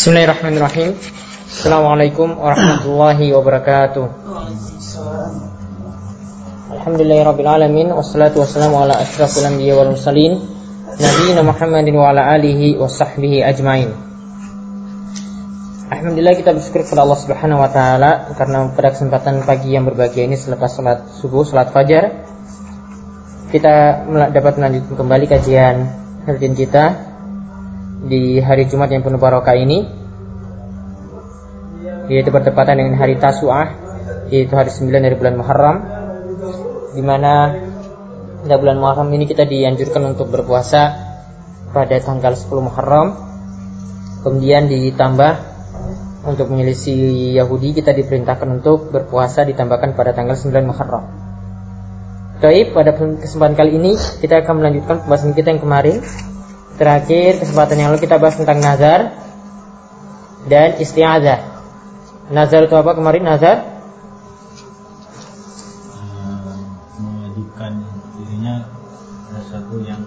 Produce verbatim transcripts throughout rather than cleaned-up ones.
Bismillahirrahmanirrahim. Assalamualaikum warahmatullahi wabarakatuh. Alhamdulillahirabbil alamin wassalatu wassalamu ala asyrafil anbiya'i wal mursalin nabiyina Muhammadin wa ala alihi washabbihi ajmain. Alhamdulillah, kita bersyukur kepada Allah Subhanahu wa taala karena pada kesempatan pagi yang berbahagia ini selepas salat subuh, salat fajar, kita dapat melanjutkan kembali kajian rutin kita di hari Jumat yang penuh barokah ini, yaitu bertepatan dengan hari Tasu'ah, yaitu hari sembilan dari bulan Muharram, di mana pada bulan Muharram ini kita dianjurkan untuk berpuasa pada tanggal sepuluh Muharram. Kemudian ditambah untuk menyelisih Yahudi, kita diperintahkan untuk berpuasa ditambahkan pada tanggal sembilan Muharram. Baik, pada kesempatan kali ini kita akan melanjutkan pembahasan kita yang kemarin. Terakhir kesempatan yang lalu kita bahas tentang nazar dan isti'adzah. Nazar itu apa kemarin? Nazar mewajibkan dirinya sesuatu yang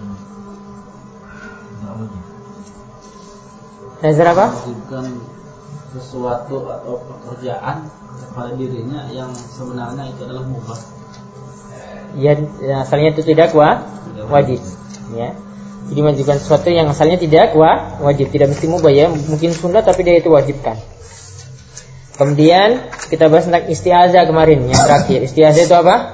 nazar apa? Mewajibkan sesuatu atau pekerjaan kepada dirinya yang sebenarnya itu adalah mubah. Ya, asalnya itu tidak wa, wajib. Ya. Jadi mewajibkan sesuatu yang asalnya tidak wa, wajib, tidak mesti mubah ya, mungkin sunnah tapi dia itu wajibkan. Kemudian kita bahas tentang isti'adzah kemarin yang terakhir. Isti'adzah itu apa?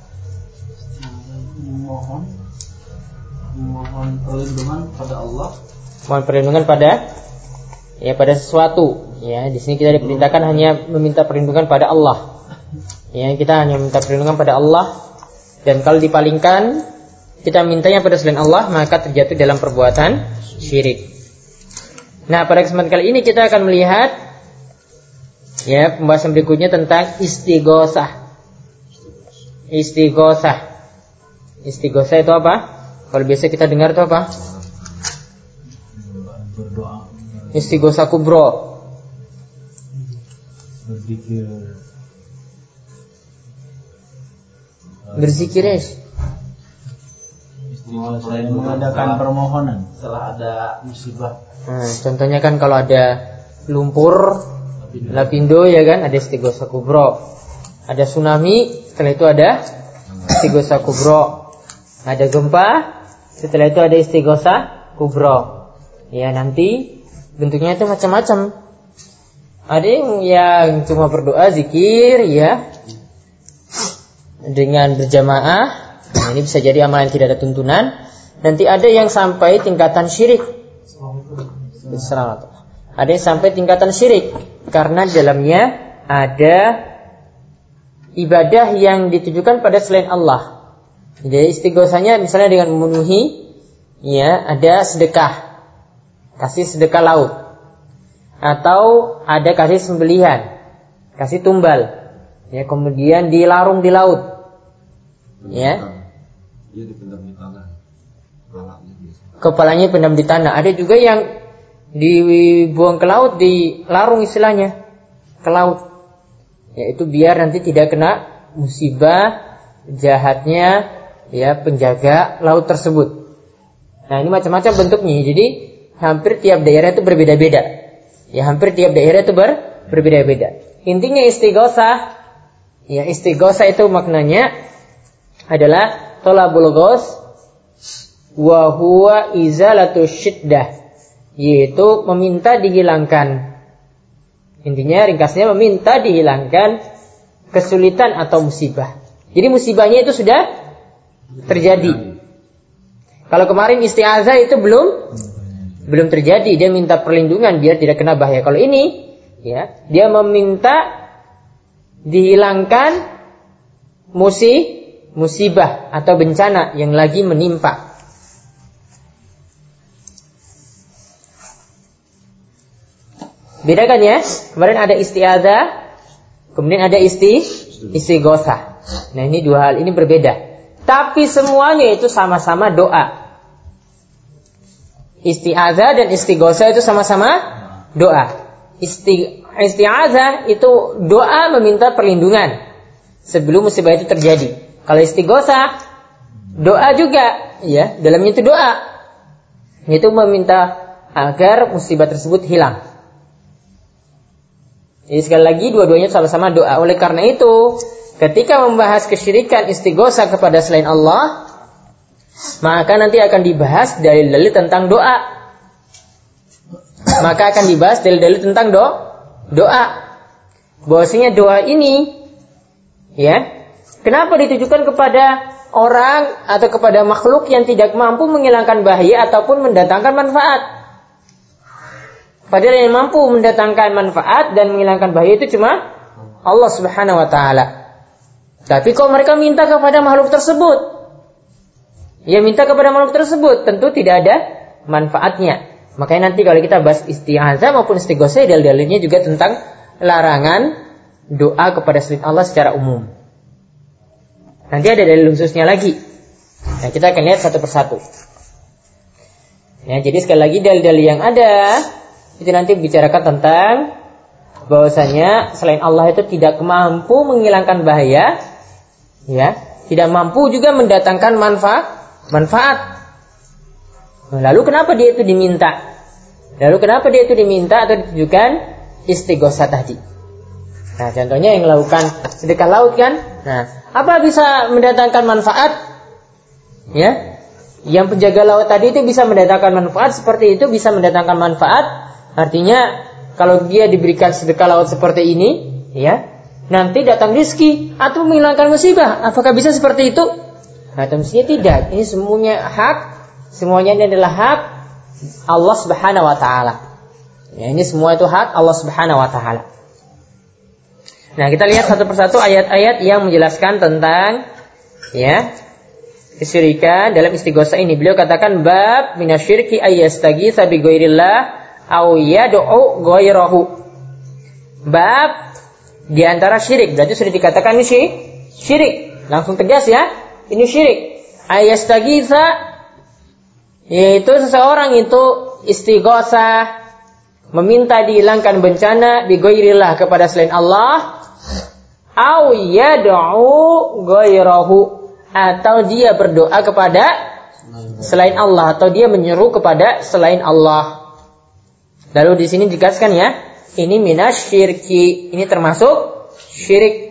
Memohon memohon perlindungan pada Allah. Mohon perlindungan pada ya pada sesuatu. Ya, di sini kita diperintahkan hanya meminta perlindungan pada Allah. Ya, kita hanya meminta perlindungan pada Allah, dan kalau dipalingkan kita mintanya pada selain Allah, maka terjatuh dalam perbuatan syirik. Nah, pada kesempatan kali ini kita akan melihat ya pembahasan berikutnya tentang istighosah. Istighosah. Istighosah itu apa? Kalau biasa kita dengar itu apa? berdoa, Istighosah kubro. berzikir, Berzikir ya. saya mengadakan permohonan Setelah ada musibah. Nah, contohnya kan kalau ada lumpur, lapindo ya kan, ada istighosah kubro. Ada tsunami, setelah itu ada istighosah kubro. Ada gempa, setelah itu ada istighosah kubro. Ya, nanti bentuknya itu macam-macam. Ada yang cuma berdoa zikir ya dengan berjamaah. Nah, ini bisa jadi amalan yang tidak ada tuntunan. Nanti ada yang sampai tingkatan syirik. Ada yang sampai tingkatan syirik karena di dalamnya ada ibadah yang ditujukan pada selain Allah. Jadi istighosahnya misalnya dengan memenuhi ya, ada sedekah, kasih sedekah laut, atau ada kasih sembelihan, kasih tumbal, ya, kemudian dilarung di laut, ya. Dia dipendam di tanah. Kepalanya pendam di tanah. Ada juga yang dibuang ke laut, dilarung istilahnya ke laut. Yaitu biar nanti tidak kena musibah jahatnya ya penjaga laut tersebut. Nah, ini macam-macam bentuknya. Jadi hampir tiap daerah itu berbeda-beda. Ya, hampir tiap daerah itu ber, berbeda-beda. Intinya istighosah, ya istighosah itu maknanya adalah thalabul ghos wa huwa izalatu syiddah, yaitu meminta dihilangkan. Intinya ringkasnya meminta dihilangkan kesulitan atau musibah. Jadi musibahnya itu sudah terjadi. Kalau kemarin isti'adzah itu belum belum terjadi, dia minta perlindungan biar tidak kena bahaya. Kalau ini ya, dia meminta dihilangkan musibah musibah atau bencana yang lagi menimpa. Bedakan ya. Kemarin ada isti'adzah, kemudian ada isti istighosah. Nah, ini dua hal ini berbeda. Tapi semuanya itu sama-sama doa. Isti'adzah dan istighosah itu sama-sama doa. Isti, isti'adzah itu doa meminta perlindungan sebelum musibah itu terjadi. Kalau istighosah doa juga, ya, dalamnya itu doa. Itu meminta agar musibah tersebut hilang. Jadi sekali lagi dua-duanya sama-sama doa. Oleh karena itu, ketika membahas kesyirikan istighosa kepada selain Allah, maka nanti akan dibahas dalil-dalil tentang doa. Maka akan dibahas dalil-dalil tentang do, doa. Bahwasanya doa ini, ya, kenapa ditujukan kepada orang atau kepada makhluk yang tidak mampu menghilangkan bahaya ataupun mendatangkan manfaat? Padahal yang mampu mendatangkan manfaat dan menghilangkan bahaya itu cuma Allah Subhanahu wa taala. Tapi kalau mereka minta kepada makhluk tersebut, ya minta kepada makhluk tersebut, tentu tidak ada manfaatnya. Makanya nanti kalau kita bahas isti'adzah maupun istighosa, dalil-dalilnya juga tentang larangan doa kepada selain Allah secara umum. Nanti ada dalil khususnya lagi. Nah, kita akan lihat satu persatu. Ya, jadi sekali lagi dalil-dalil yang ada itu nanti bicarakan tentang bahwasanya selain Allah itu tidak mampu menghilangkan bahaya, ya, tidak mampu juga mendatangkan manfaat. Manfaat. Lalu kenapa dia itu diminta? Lalu kenapa dia itu diminta atau ditujukan istighosa tadi? Nah, contohnya yang melakukan sedekah laut kan? Nah, apa bisa mendatangkan manfaat? Ya, yang penjaga laut tadi itu bisa mendatangkan manfaat seperti itu, bisa mendatangkan manfaat. Artinya kalau dia diberikan sedekah laut seperti ini, ya, nanti datang rezeki atau menghilangkan musibah. Apakah bisa seperti itu? Nah, tentunya tidak. Ini semuanya hak, semuanya ini adalah hak Allah Subhanahu wa taala. Ya, ini semua itu hak Allah Subhanahu wa taala. Nah, kita lihat satu persatu ayat-ayat yang menjelaskan tentang, ya, kesyirikan dalam istighosa ini. Beliau katakan bab minasyirki ayyastaghitsa bi ghairillah aw yad'u ghairahu. Bab di antara syirik, berarti sudah dikatakan ini syirik. Langsung tegas ya, ini syirik. Ayyastaghitsa yaitu seseorang itu istighosa meminta dihilangkan bencana bi ghairillah kepada selain Allah, au yad'u ghairahu, atau dia berdoa kepada selain Allah, atau dia menyeru kepada selain Allah. Lalu di sini dikatakan ya, ini minasyirki, ini termasuk syirik.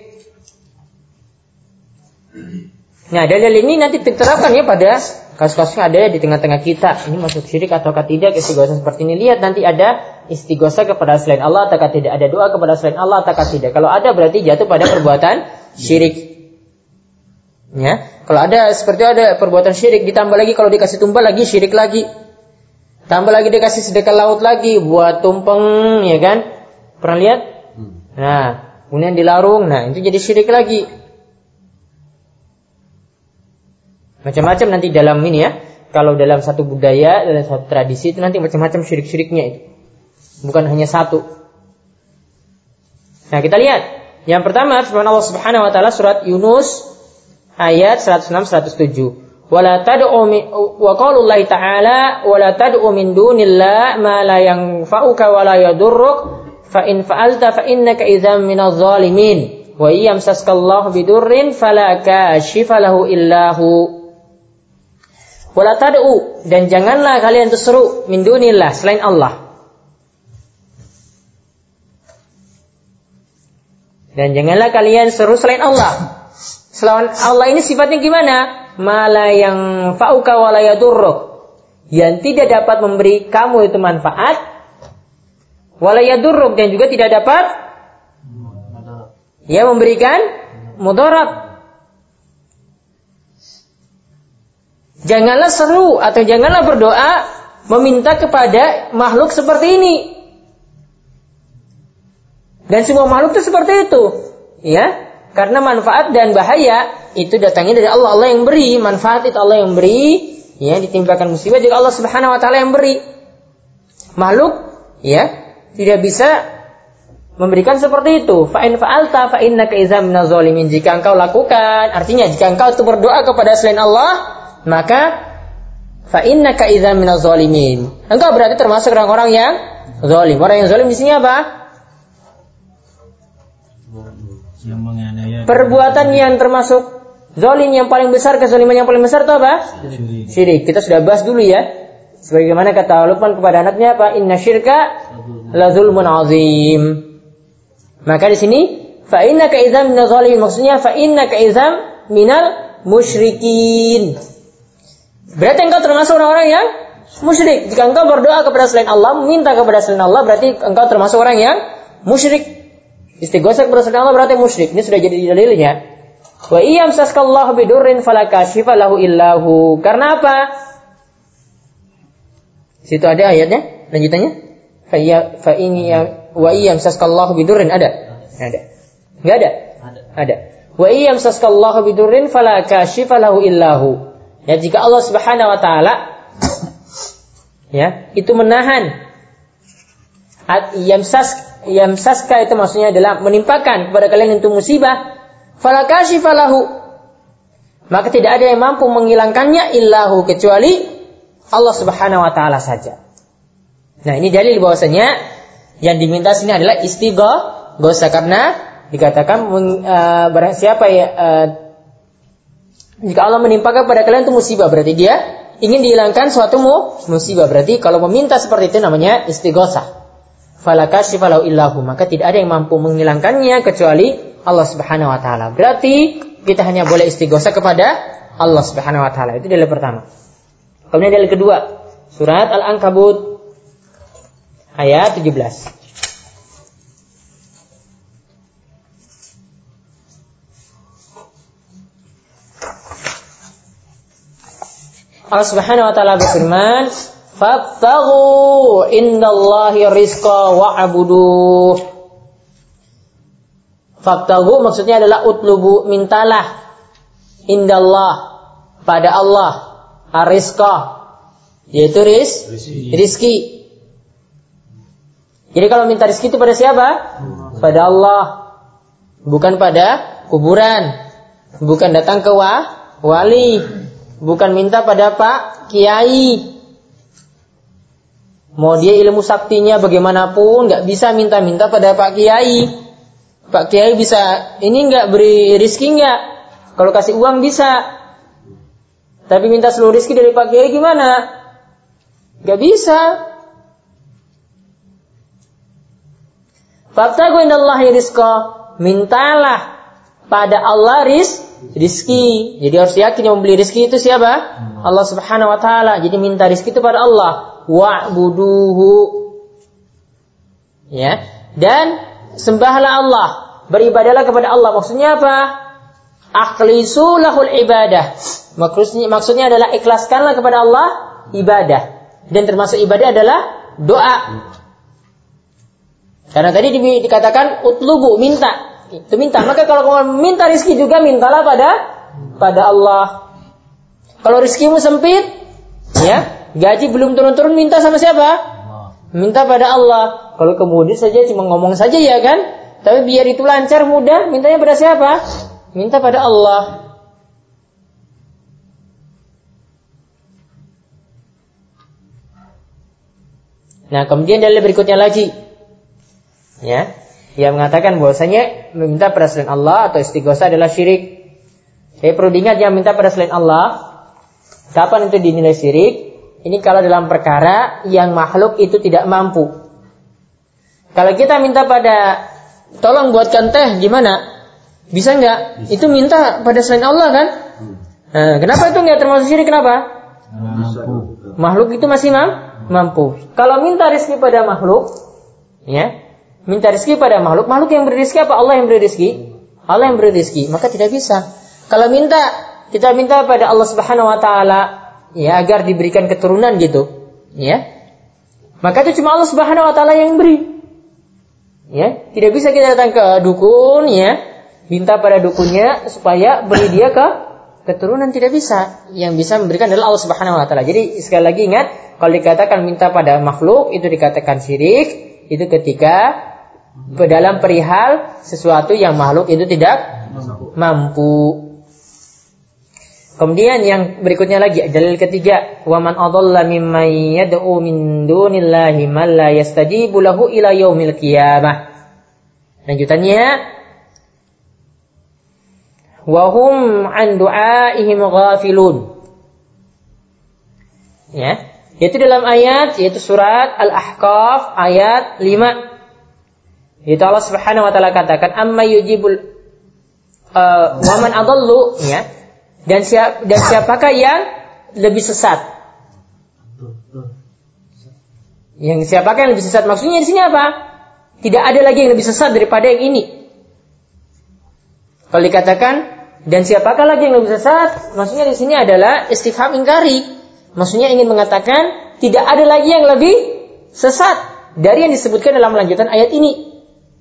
Nah, dalil ini nanti diterapkan ya pada kasus-kasus yang ada di tengah-tengah kita. Ini masuk syirik ataukah tidak istighosa seperti ini? Lihat nanti ada istighosa kepada selain Allah ataukah tidak, ada doa kepada selain Allah ataukah tidak. Kalau ada berarti jatuh pada perbuatan syirik. Ya, kalau ada seperti ada perbuatan syirik, ditambah lagi kalau dikasih tumpah lagi syirik lagi. Tambah lagi dikasih sedekah laut lagi buat tumpeng, ya kan? Pernah lihat? Nah, kemudian dilarung, nah itu jadi syirik lagi. Macam-macam nanti dalam ini ya. Kalau dalam satu budaya, dalam satu tradisi itu nanti macam-macam syirik-syiriknya itu. Bukan hanya satu. Nah, kita lihat. Yang pertama firman Allah Subhanahu wa taala surat Yunus ayat seratus enam seratus tujuh. Wala tad'u wa qaulullahi ta'ala wala tad'u min dunillah ma la yanfa'uka wa la yadurruk fa in fa'alta fa innaka idzam minadh zalimin wa iyamsaskallahu bidurrin fala kashifa lahu illahu. Wala tad'u, dan janganlah kalian seru min dunillah, selain Allah. Dan janganlah kalian seru selain Allah. Selain Allah ini sifatnya gimana? Mala yang fa'uka wa la yadurruk, yang tidak dapat memberi kamu itu manfaat, wa la yadurruk, dan juga tidak dapat ya memberikan mudarat. Janganlah seru atau janganlah berdoa meminta kepada makhluk seperti ini. Dan semua makhluk itu seperti itu, ya. Karena manfaat dan bahaya itu datangnya dari Allah. Allah yang beri manfaat, itu Allah yang beri, ya, ditimpakan musibah juga Allah Subhanahu wa taala yang beri. Makhluk, ya, tidak bisa memberikan seperti itu. Fa in fa'alta fa innaka idzam minaz zalimin. Jika engkau lakukan, artinya jika engkau itu berdoa kepada selain Allah, maka fa innaka idzam minaz zalimin. Engkau berarti termasuk orang-orang yang zalim. Orang yang zalim di sini apa? Yang menganiaya. Perbuatan yang termasuk zalim yang paling besar, kezaliman yang paling besar itu apa? Syirik. Syirik. Kita sudah bahas dulu ya. Sebagaimana kata Luqman kepada anaknya apa? Inna syirka la zulmun azim. Maka di sini fa innaka idzam minaz zalimin, maksudnya fa innaka idzam minal musyrikin. Berarti engkau termasuk orang-orang yang musyrik. Jika engkau berdoa kepada selain Allah, meminta kepada selain Allah, berarti engkau termasuk orang yang musyrik. Istighosah kepada selain Allah berarti musyrik. Ini sudah jadi dalilnya. Wa iyam saskallahu bidurrin fala kashifa lahu illahu. Karena apa? Situ ada ayatnya, lanjutannya. Fa iya fa ini ya wa iyam saskallahu bidurrin ada? Ada. Enggak ada? Ada. Ada. Wa iyam saskallahu bidurrin fala kashifa lahu illahu. Ya, jika Allah Subhanahu wa taala ya, itu menahan yamsas yamsaska, itu maksudnya adalah menimpakan kepada kalian itu musibah, fala kashifa lahu, maka tidak ada yang mampu menghilangkannya illahu, kecuali Allah Subhanahu wa taala saja. Nah, ini dalil bahwasanya yang diminta sini adalah istighosah, karena dikatakan uh, barang siapa ya uh, jika Allah menimpakan pada kalian itu musibah, berarti dia ingin dihilangkan suatu musibah. Berarti kalau meminta seperti itu namanya istighosah. Fala kashifa lahu illahu, maka tidak ada yang mampu menghilangkannya kecuali Allah Subhanahu wa taala. Berarti kita hanya boleh istighosah kepada Allah Subhanahu wa taala. Itu dalil pertama. Kemudian dalil kedua, surat Al-Ankabut ayat tujuh belas. Allah Subhanahu wa taala berfirman, "Fattaghu indallahi rizqa wa'buduh." Fattaghu maksudnya adalah utlubu, mintalah, indallah, pada Allah, ar-rizqa, yaitu riz, rizki. Jadi kalau minta rizki itu pada siapa? Pada Allah, bukan pada kuburan, bukan datang ke wa, wali. Bukan minta pada Pak Kiai. Mau dia ilmu saktinya bagaimanapun, nggak bisa minta-minta pada Pak Kiai. Pak Kiai bisa ini nggak beri rizki nggak? Kalau kasih uang bisa. Tapi minta seluruh rizki dari Pak Kiai gimana? Nggak bisa. Fabtaghu indallahi rizqa, mintalah pada Allah rizki. Rizki. Jadi harus yakin yang membeli rizki itu siapa? Allah Subhanahu wa taala. Jadi minta rizki itu pada Allah. Wa'buduhu. Ya. Dan sembahlah Allah, beribadahlah kepada Allah. Maksudnya apa? Akhlisu lahul ibadah. Maksudnya, maksudnya adalah ikhlaskanlah kepada Allah ibadah. Dan termasuk ibadah adalah doa. Karena tadi dikatakan utlubu, minta. Itu minta. Maka kalau kamu minta rizki juga mintalah pada pada Allah. Kalau rizkimu sempit, ya, gaji belum turun-turun, minta sama siapa? Minta pada Allah. Kalau kemudian saja cuma ngomong saja ya kan, tapi biar itu lancar mudah, mintanya pada siapa? Minta pada Allah. Nah, kemudian dalil berikutnya lagi, ya, yang mengatakan bahwasanya meminta pada selain Allah atau istighosah adalah syirik. Jadi perlu diingat, yang minta pada selain Allah, kapan itu dinilai syirik? Ini kalau dalam perkara yang makhluk itu tidak mampu. Kalau kita minta pada, tolong buatkan teh, gimana? Bisa nggak? Itu minta pada selain Allah kan? Nah, kenapa itu nggak termasuk syirik? Kenapa? Mampu. Makhluk itu masih mam- mampu. Kalau minta rezeki pada makhluk, ya, minta rezeki pada makhluk, makhluk yang beri rezeki apa? Allah yang beri rezeki. Allah yang beri rezeki, maka tidak bisa. Kalau minta, kita minta pada Allah Subhanahu wa taala, ya, agar diberikan keturunan gitu, ya. Maka itu cuma Allah Subhanahu wa taala yang beri. Ya, tidak bisa kita datang ke dukun, ya, minta pada dukunnya supaya beri dia ke keturunan, tidak bisa. Yang bisa memberikan adalah Allah Subhanahu wa taala. Jadi sekali lagi ingat, kalau dikatakan minta pada makhluk itu dikatakan syirik, itu ketika dalam perihal sesuatu yang makhluk itu tidak mampu. Kemudian yang berikutnya lagi, dalil ketiga, wa man adalla mimman yad'u min dunillahi man la yastajibu lahu ila yaumil qiyamah. Lanjutannya, wa hum an du'aihim ghafilun. Ya, yaitu dalam ayat, yaitu surat Al-Ahqaf ayat lima. Itu Allah Subhanahu wa taala katakan amma yujibul uh, wa man adallu ya. Dan siapa dan siapakah yang lebih sesat? Yang siapakah yang lebih sesat? Maksudnya di sini apa? Tidak ada lagi yang lebih sesat daripada yang ini. Kalau dikatakan dan siapakah lagi yang lebih sesat? Maksudnya di sini adalah istifham ingkari. Maksudnya ingin mengatakan tidak ada lagi yang lebih sesat dari yang disebutkan dalam lanjutan ayat ini.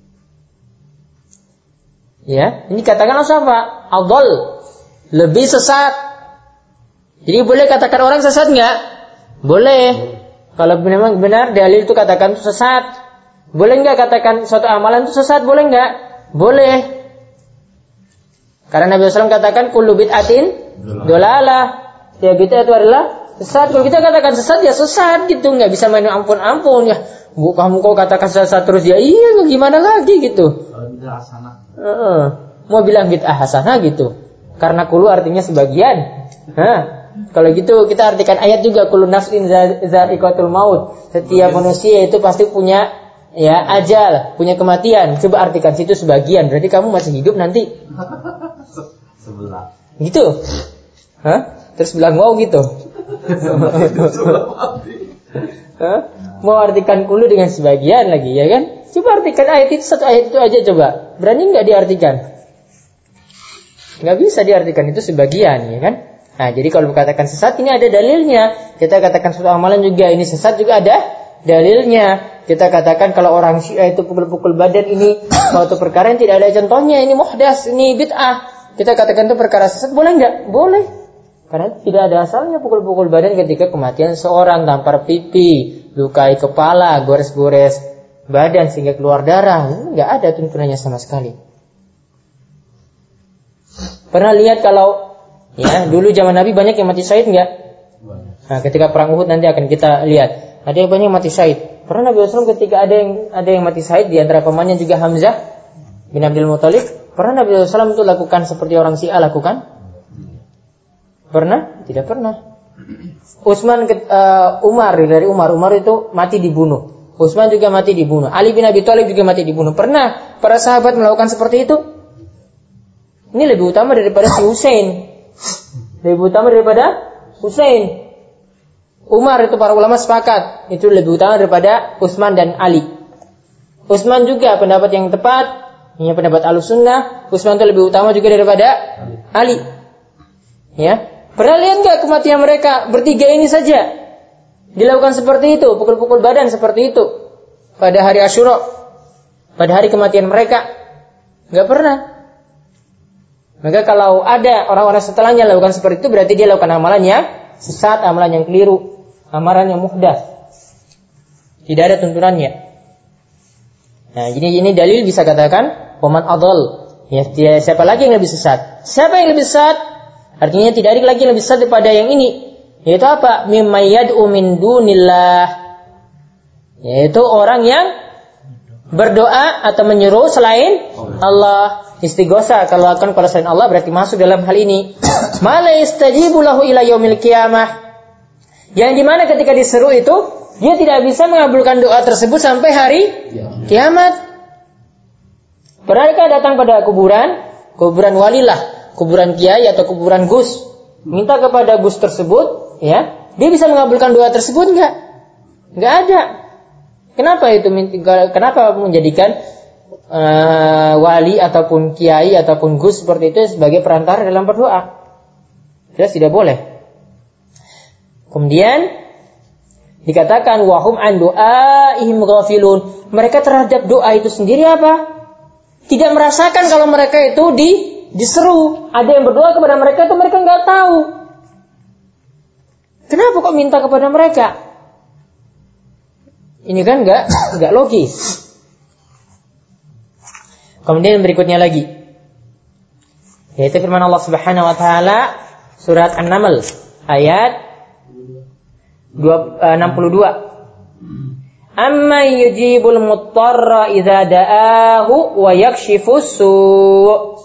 Ya, ini katakan apa? Adall, lebih sesat. Jadi boleh katakan orang sesat enggak? Boleh. Kalau memang benar dalil itu katakan itu sesat. Boleh enggak katakan suatu amalan itu sesat? Boleh enggak? Boleh. Karena Nabi shallallahu alaihi wasallam katakan kullu bid'atin dolalah. Ya bid'ah itu adalah sesat. Kalau kita katakan sesat ya sesat gitu, nggak bisa main ampun-ampun ya. Bu kamu kok katakan sesat terus ya iya gimana lagi gitu. Kalau bid'ah hasanah. Uh-uh. Mau bilang bid'ah hasanah gitu. Karena kullu artinya sebagian. Hah. Kalau gitu kita artikan ayat juga kullu nafsin za'iqatul maut. Setiap manusia itu pasti punya ya ajal, punya kematian. Coba artikan situ sebagian. Berarti kamu masih hidup nanti. Sebelah. Gitu. Hah? Terus bilang wow gitu. Hah? Mau artikan kulu dengan sebagian lagi ya kan? Coba artikan ayat itu satu ayat itu aja coba. Berani nggak diartikan? Nggak bisa diartikan itu sebagian ya kan? Nah jadi kalau dikatakan sesat ini ada dalilnya. Kita katakan suatu amalan juga ini sesat juga ada dalilnya. Kita katakan kalau orang Syiah itu pukul-pukul badan ini suatu perkara yang tidak ada contohnya, ini muhdas, ini bid'ah. Kita katakan itu perkara sesat, boleh enggak? Boleh. Karena tidak ada asalnya pukul-pukul badan ketika kematian seorang, tampar pipi, lukai kepala, gores-gores badan sehingga keluar darah. Ini enggak ada tuntunannya sama sekali. Pernah lihat kalau ya dulu zaman Nabi banyak yang mati syahid enggak? Nah, ketika perang Uhud nanti akan kita lihat. Ada yang banyak yang mati syahid. Pernah Nabi shallallahu alaihi wasallam ketika ada yang ada yang mati syahid di antara pamannya juga Hamzah bin Abdul Muthalib, pernah Nabi shallallahu alaihi wasallam itu lakukan seperti orang Syiah lakukan? Pernah? Tidak pernah. Utsman uh, Umar dari Umar, Umar itu mati dibunuh. Utsman juga mati dibunuh. Ali bin Abi Thalib juga mati dibunuh. Pernah para sahabat melakukan seperti itu? Ini lebih utama daripada si Husain. Lebih utama daripada Husain. Umar itu para ulama sepakat itu lebih utama daripada Utsman dan Ali. Utsman juga pendapat yang tepat, ini pendapat Ahlussunnah, Utsman itu lebih utama juga daripada Ali. Ya, pernah lihat enggak kematian mereka bertiga ini saja dilakukan seperti itu, pukul-pukul badan seperti itu pada hari Asyura, pada hari kematian mereka? Enggak pernah. Maka kalau ada orang-orang setelahnya lakukan seperti itu berarti dia lakukan amalan yang sesat, amalan yang keliru. Amaran yang muhdas. Tidak ada tuntunannya. Nah, ini ini dalil bisa katakan waman adall. Ya, siapa lagi yang lebih sesat? Siapa yang lebih sesat? Artinya tidak ada lagi yang lebih sesat daripada yang ini. Yaitu apa? Mimma yad'u min dunillah. Yaitu orang yang berdoa atau menyeru selain Allah. Istighosa kalau akan pada selain Allah berarti masuk dalam hal ini. Mala yastajibu lahu ila yaumil qiyamah. Yang dimana ketika diseru itu dia tidak bisa mengabulkan doa tersebut sampai hari kiamat. Pernahkah datang pada kuburan, kuburan walilah, kuburan kiai atau kuburan gus, minta kepada gus tersebut, ya, dia bisa mengabulkan doa tersebut enggak? Enggak ada. Kenapa itu? Kenapa menjadikan uh, wali ataupun kiai ataupun gus seperti itu sebagai perantara dalam berdoa? Jelas tidak boleh. Kemudian dikatakan wahum an du'aihim ghafilun. Mereka terhadap doa itu sendiri apa? Tidak merasakan kalau mereka itu di diseru. Ada yang berdoa kepada mereka itu mereka enggak tahu. Kenapa kok minta kepada mereka? Ini kan enggak enggak logis. Kemudian berikutnya lagi, yaitu firman Allah Subhanahu wa taala surat An-Naml ayat enam puluh dua. Amma yujibul muttarra idza da'ahu wa yakshifus su'.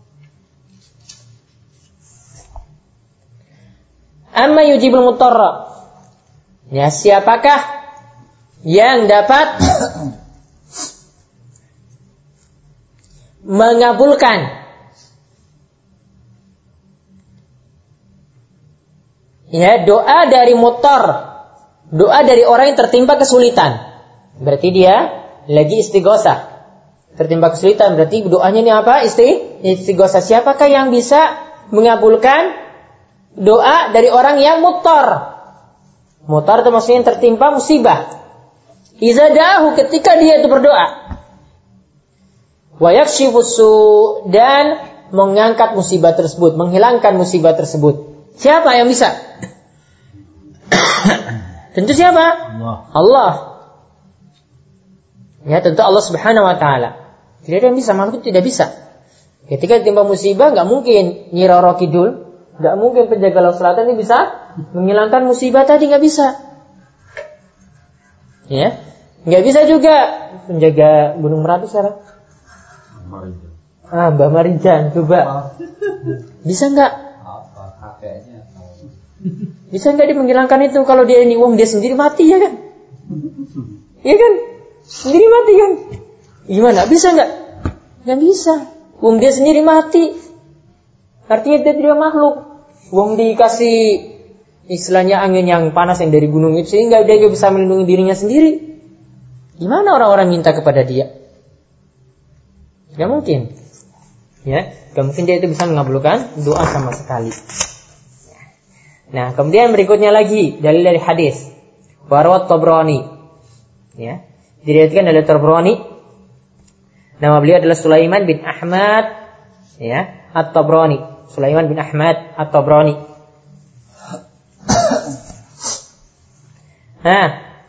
Amma yujibul muttarra. Ya, siapakah yang dapat mengabulkan. Ya, doa dari motor, doa dari orang yang tertimpa kesulitan. Berarti dia lagi istighosah. Tertimpa kesulitan, berarti doanya ini apa? Isti, istighosah. Siapakah yang bisa mengabulkan doa dari orang yang mutar? Mutar itu maksudnya yang tertimpa musibah. Iza da'ahu, ketika dia itu berdoa. Wa yakshifus su', dan mengangkat musibah tersebut, menghilangkan musibah tersebut. Siapa yang bisa? Tentu siapa? Allah. Allah. Ya, tentu Allah Subhanahu wa taala. Tidak ada yang bisa, makhluk tidak bisa. Ketika ditimpa musibah, enggak mungkin Nyi Roro Kidul, enggak mungkin penjaga laut selatan ini bisa menghilangkan musibah tadi, enggak bisa. Ya. Enggak bisa juga penjaga Gunung Merapi sekarang. Marijan. Ah, Mbak Marijan, coba. Bisa enggak? Apa kakeknya? Bisa enggak dia menghilangkan itu kalau dia ini wong dia sendiri mati ya kan? Iya kan? Sendiri mati kan? Gimana? Bisa enggak? Enggak bisa. Wong dia sendiri mati. Artinya dia tidak makhluk. Wong dikasih istilahnya angin yang panas yang dari gunung itu sehingga dia enggak bisa melindungi dirinya sendiri. Gimana orang-orang minta kepada dia? Enggak mungkin. Ya, enggak mungkin dia itu bisa mengabulkan doa sama sekali. Nah, kemudian berikutnya lagi dalil dari hadis Warwat Tabrani. Ya, diriwayatkan oleh Tabrani. Nama beliau adalah Sulaiman bin Ahmad, ya, At-Tabrani. Sulaiman bin Ahmad At-Tabrani. Nah,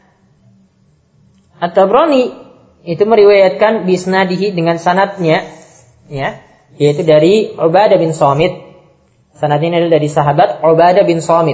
At-Tabrani itu meriwayatkan bisnadihi dengan sanadnya, ya, yaitu dari Ubadah bin Samit. Sanadnya adalah dari sahabat Ubadah bin Samit.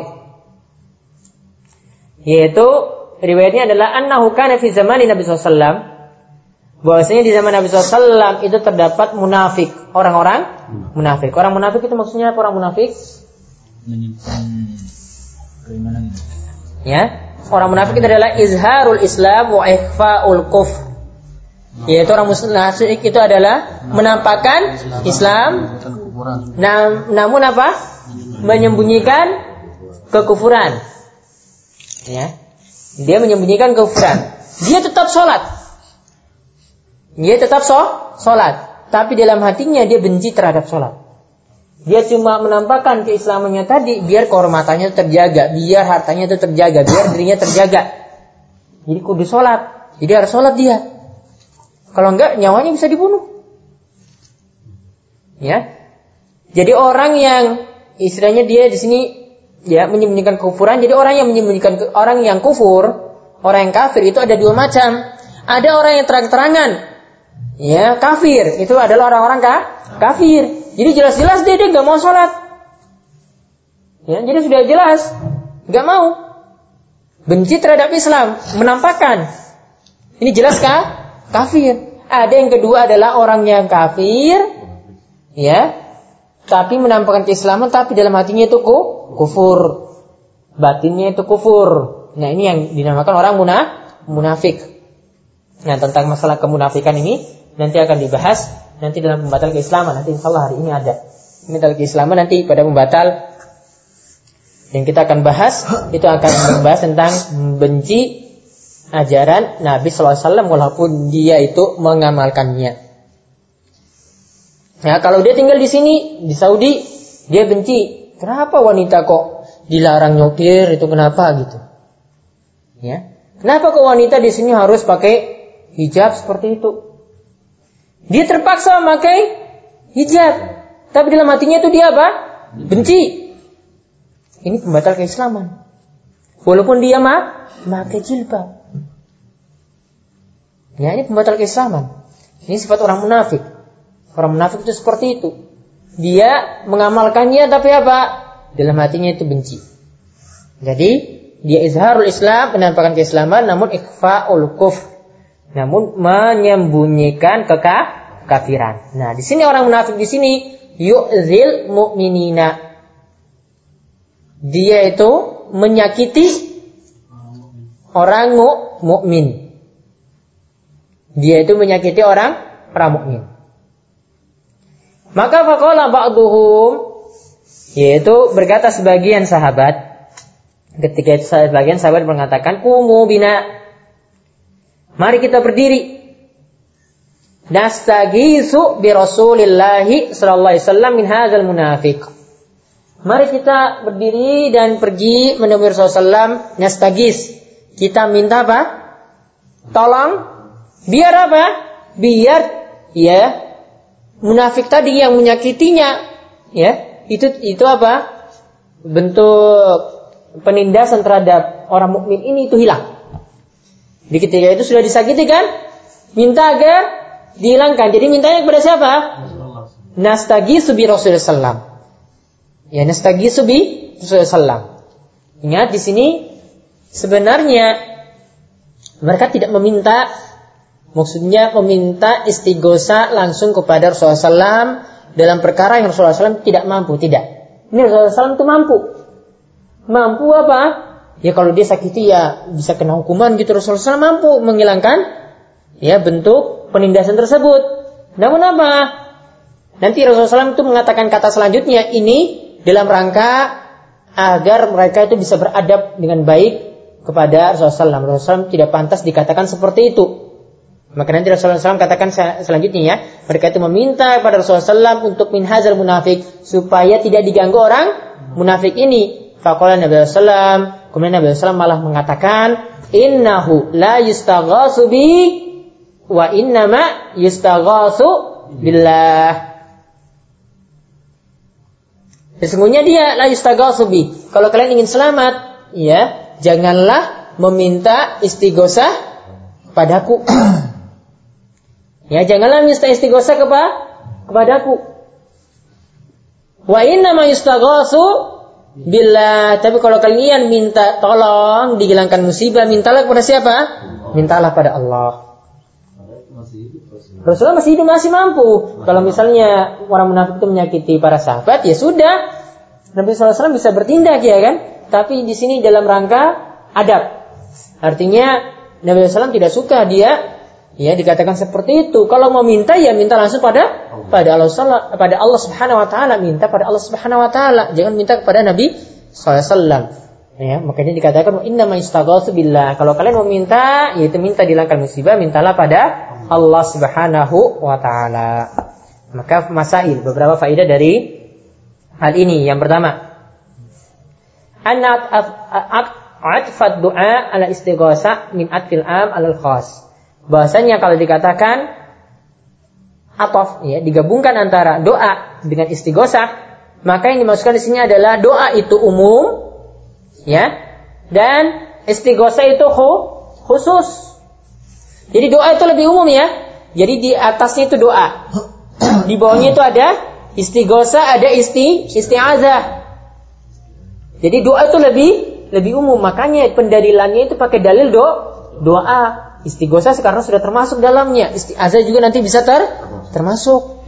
Yaitu riwayatnya adalah annahu kana fi zamani Nabi sallallahu alaihi wasallam, bahwasanya di zaman Nabi sallallahu alaihi wasallam itu terdapat munafik, orang-orang munafik. Orang munafik itu maksudnya apa orang munafik? Menyimpan keimanan. Ya, orang munafik itu adalah izharul Islam wa ikhfaul kufr. Yaitu orang munafik itu adalah menampakkan Islam, nam, namun apa? Menyembunyikan kekufuran. Ya, dia menyembunyikan kekufuran. Dia tetap sholat. Dia tetap so, sholat. Tapi dalam hatinya dia benci terhadap sholat. Dia cuma menampakkan keislamannya tadi biar kehormatannya terjaga, biar hartanya itu terjaga, biar dirinya terjaga. Jadi kudu sholat. Jadi harus sholat dia. Kalau enggak nyawanya bisa dibunuh. Ya. Jadi orang yang istilahnya dia di sini ya menyembunyikan kekufuran. Jadi orang yang menyembunyikan orang yang kufur, orang yang kafir itu ada dua macam. Ada orang yang terang-terangan ya kafir, itu adalah orang-orang kah? Kafir. Jadi jelas-jelas dia dia enggak mau sholat. Ya, jadi sudah jelas enggak mau. Benci terhadap Islam, menampakkan. Ini jelas kah? Kafir. Ada yang kedua adalah orang yang kafir, ya, tapi menampakkan keislaman, tapi dalam hatinya itu kufur, batinnya itu kufur. Nah, ini yang dinamakan orang munaf, munafik. Nah, tentang masalah kemunafikan ini nanti akan dibahas nanti dalam pembatal keislaman. Nanti insyaallah hari ini ada. Pembatal keislaman nanti pada pembatal yang kita akan bahas itu akan membahas tentang membenci ajaran Nabi sallallahu alaihi wasallam walaupun dia itu mengamalkannya. Nah, kalau dia tinggal di sini di Saudi, dia benci. Kenapa wanita kok dilarang nyopir itu kenapa gitu? Ya. Kenapa kok wanita di sini harus pakai hijab seperti itu? Dia terpaksa memakai hijab, tapi dalam hatinya itu dia apa? Benci. Ini pembatal keislaman. Walaupun dia mah memakai jilbab. Ya, ini pembatal keislaman. Ini sifat orang munafik. Orang munafik itu seperti itu. Dia mengamalkannya tapi apa? Dalam hatinya itu benci. Jadi dia izharul Islam, menampakkan keislaman, namun ikhfaul kufr, namun menyembunyikan kekafiran. Nah, di sini orang munafik di sini yu'zil mu'minina. Dia itu menyakiti orang mukmin. Dia itu menyakiti orang orang mukmin. Maka faqala ba'duhum, yaitu berkata sebagian sahabat, ketika itu sebagian sahabat mengatakan, "Qumu bina." Mari kita berdiri. Nastaghiitsu bi Rasulillahi sallallahu alaihi wasallam min hadzal munafiq. Mari kita berdiri dan pergi menemui Rasulullah sallallahu alaihi wasallam. Nastaghits. Kita minta apa? Tolong. Biar apa? Biar ya munafik tadi yang menyakitinya, ya, itu itu apa? Bentuk penindasan terhadap orang mukmin ini itu hilang. Di ketika itu sudah disakiti kan? Minta agar dihilangkan. Jadi mintanya kepada siapa? Nastaghiitsu bi Rasulullah sallallahu alaihi wasallam. Ya, nastaghiitsu bi Rasulullah sallallahu alaihi wasallam. Ingat di sini sebenarnya mereka tidak meminta, maksudnya meminta istighosa langsung kepada Rasulullah sallallahu alaihi wasallam dalam perkara yang Rasulullah sallallahu alaihi wasallam tidak mampu, tidak. Ini Rasulullah sallallahu alaihi wasallam itu mampu. Mampu apa? Ya kalau dia sakiti ya bisa kena hukuman gitu. Rasulullah sallallahu alaihi wasallam mampu menghilangkan ya bentuk penindasan tersebut. Namun apa? Nanti Rasulullah sallallahu alaihi wasallam itu mengatakan kata selanjutnya ini dalam rangka agar mereka itu bisa beradab dengan baik kepada Rasulullah sallallahu alaihi wasallam. Rasulullah sallallahu alaihi wasallam tidak pantas dikatakan seperti itu. Maka nanti Rasulullah sallallahu alaihi wasallam katakan selanjutnya ya, mereka itu meminta kepada Rasulullah sallallahu alaihi wasallam untuk min hadzal munafik, supaya tidak diganggu orang munafik ini. Faqala Nabi sallallahu alaihi wasallam, kemudian Nabi sallallahu alaihi wasallam malah mengatakan, innahu la yustaghasu bi wa innama yustaghasu billah. Sesungguhnya dia la yustaghasu bi. Kalau kalian ingin selamat, ya, janganlah meminta istighosah padaku. Ya, janganlah minta istighosah kepada kepadaku. Wa innama yustaghasu billah. Tapi kalau kalian minta tolong dihilangkan musibah, mintalah kepada siapa? Mintalah pada Allah. Rasulullah masih hidup, masih mampu. Kalau misalnya orang munafik itu menyakiti para sahabat, ya sudah, Nabi sallallahu alaihi wasallam bisa bertindak, ya kan? Tapi di sini dalam rangka adab. Artinya Nabi sallallahu alaihi wasallam tidak suka dia ya dikatakan seperti itu. Kalau mau minta ya minta langsung pada pada Allah pada Allah Subhanahu wa taala, minta pada Allah Subhanahu wa taala, jangan minta kepada Nabi sallallahu alaihi wasallam. Ya, makanya dikatakan inna ma yastaghatsu billah. Kalau kalian mau minta, yaitu minta dihilangkan musibah, mintalah pada Allah Subhanahu wa taala. Maka masail, beberapa faedah dari hal ini. Yang pertama, anna atfad du'a ala istighasa min atfil am alal khas. Bahasanya kalau dikatakan ataf, ya, digabungkan antara doa dengan istighosah, maka yang dimaksudkan di sini adalah doa itu umum, ya, dan istighosah itu khusus. Jadi doa itu lebih umum, ya. Jadi di atasnya itu doa, di bawahnya itu ada istighosah, ada isti isti'azah. Jadi doa itu lebih lebih umum, makanya pendalilannya itu pakai dalil do doa. Istighosah sekarang sudah termasuk dalamnya. Isti'azah juga nanti bisa ter termasuk.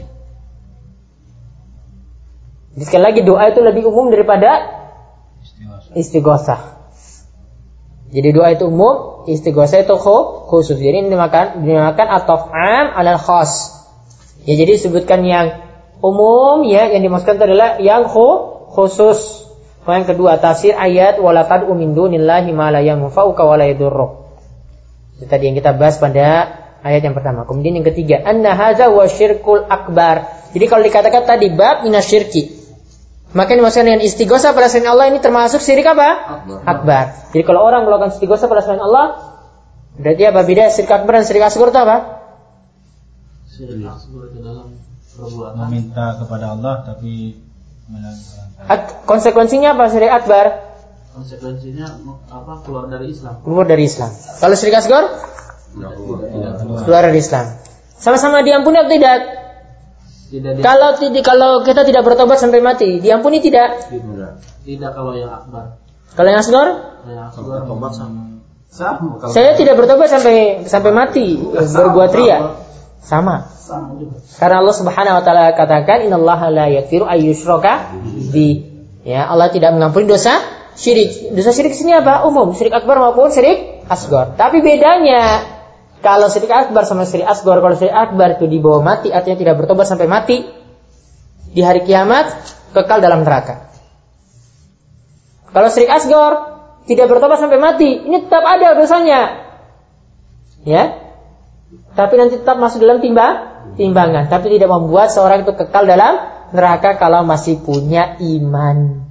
Jadi sekali lagi doa itu lebih umum daripada istighosah. Jadi doa itu umum, istighosah itu khusus. Jadi ini dinamakan dinamakan ataf'am alal khas. Ya, jadi disebutkan yang umum, ya, yang dimaksudkan itu adalah yang khusus. Yang kedua, tafsir ayat wala tad'u min dunillahi ma la yanfa'uka wa la yadurruk. Itu tadi yang kita bahas pada ayat yang pertama. Kemudian yang ketiga, anna hadza wa syirkul akbar. Jadi kalau dikatakan tadi bab minasyirki, maka ini maksudnya dengan istighosah pada selain Allah ini termasuk syirik apa? Akbar. akbar. Jadi kalau orang melakukan istighosah pada selain Allah, berarti apa? Beda syirik akbar dan syirik asghar itu apa? Syirik asghar itu dalam perbuatan meminta kepada Allah tapi At, konsekuensinya apa syirik akbar? Konsekuensinya apa? Keluar dari Islam. Keluar dari Islam. Kalau syirik asghar? Keluar dari Islam. Sama-sama diampuni atau tidak? Tidak, kalau tidak, kalau kita tidak bertobat sampai mati, diampuni tidak? Tidak. Tidak kalau yang akbar. Kalau yang asghar? Yang asghar tobat sama. Saya tidak bertobat sampai sampai mati, berbuat riya. Sama. Sama juga. Karena Allah Subhanahu wa taala katakan innallaha la yaghfiru ayyushraka bi. Ya, Allah tidak mengampuni dosa syirik. Dosa syirik sini apa? Umum, syirik akbar maupun syirik asghar. Tapi bedanya kalau syirik akbar sama syirik asghar, kalau syirik akbar itu dibawa mati, artinya tidak bertobat sampai mati. di hari kiamat kekal dalam neraka. Kalau syirik asghar tidak bertobat sampai mati, ini tetap ada dosanya. Ya. Tapi nanti tetap masuk dalam timbang, timbangan, tapi tidak membuat seorang itu kekal dalam neraka kalau masih punya iman.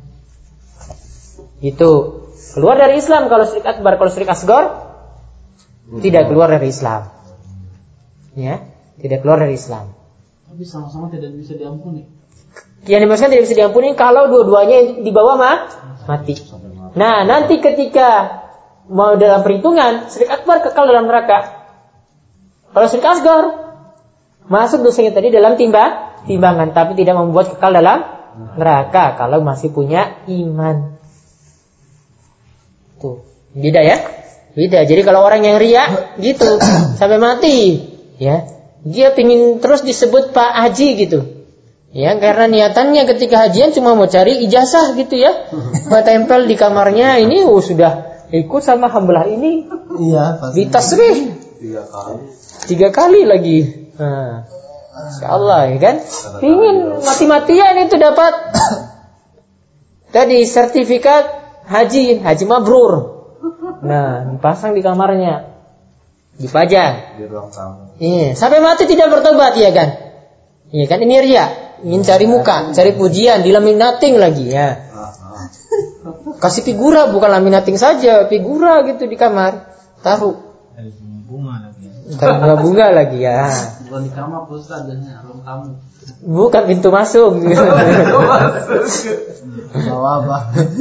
Itu keluar dari Islam kalau syirik akbar. Kalau syirik asghar tidak keluar dari Islam. Ya, tidak keluar dari Islam. Tapi sama-sama tidak bisa diampuni. Yang dimaksudkan tidak bisa diampuni kalau dua-duanya dibawa mah mati. Nah, nanti ketika mau dalam perhitungan syirik akbar kekal dalam neraka. Kalau syirik asghar masuk dosanya tadi dalam timbang, timbangan, tapi tidak membuat kekal dalam neraka kalau masih punya iman. Tuh, beda ya? Beda. Jadi kalau orang yang riya gitu sampai mati, ya, dia pingin terus disebut Pak Haji gitu. Ya, karena niatannya ketika hajian cuma mau cari ijazah gitu ya. Mau tempel di kamarnya ini oh, sudah ikut sama hambalah ini. Iya, pasti. Di tasbih tiga kali. Tiga kali lagi. Nah, insyaallah ya kan? Pingin mati-matian itu dapat tadi sertifikat haji, haji mabrur. Nah, dipasang di kamarnya. Dipajang. Di ruang tamu. Iya, sampai mati tidak bertobat ya kan? Iya kan, ini riya. Ingin cari muka, cari pujian, dilaminating lagi ya. Kasih figura, bukan laminating saja, figura gitu di kamar. Taruh. Bunga lagi. Taruh bunga-bunga lagi ya. Bukan di kamar, Ustaz, ruang tamu. Bukan pintu masuk. Bawa apa?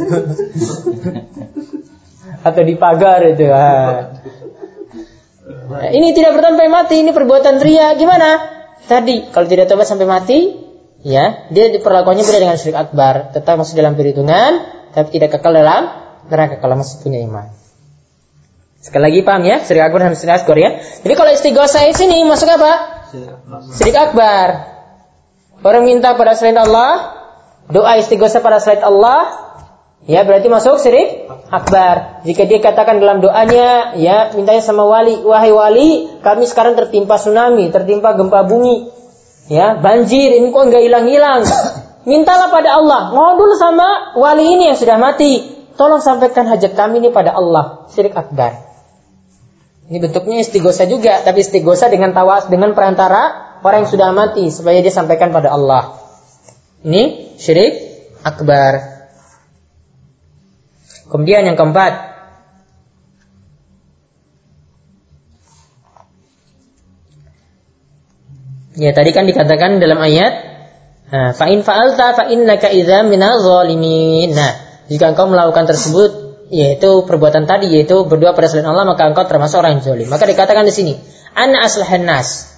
Atau di pagar itu. Nah, ini tidak bertobat sampai mati, ini perbuatan riya. Gimana? Tadi kalau tidak tobat sampai mati, ya, dia diperlakukannya beda dengan syirik akbar, tetap masuk dalam perhitungan, tapi tidak kekal dalam neraka kalau masih punya iman. Sekali lagi paham ya, syirik akbar dan syirik asghar ya. Jadi kalau istighosah di sini masuk apa? Syirik akbar. Orang minta pada selain Allah, doa istighosah pada selain Allah, ya berarti masuk syirik akbar. Jika dia katakan dalam doanya, ya mintanya sama wali, wahai wali, kami sekarang tertimpa tsunami, tertimpa gempa bumi, ya banjir, ini kok enggak hilang-hilang. Mintalah pada Allah, mohon dulu sama wali ini yang sudah mati, tolong sampaikan hajat kami ini pada Allah. Syirik akbar. Ini bentuknya istighosah juga, tapi istighosah dengan tawas, dengan perantara orang yang sudah mati supaya dia sampaikan pada Allah. Ini syirik akbar. Kemudian yang keempat, ya tadi kan dikatakan dalam ayat, fa in fa'alta fa innaka idzam minaz zalimin. Nah, jika engkau melakukan tersebut, yaitu perbuatan tadi, yaitu berdoa pada selain Allah, maka engkau termasuk orang yang zalim. Maka dikatakan di sini, ana aslahan nas,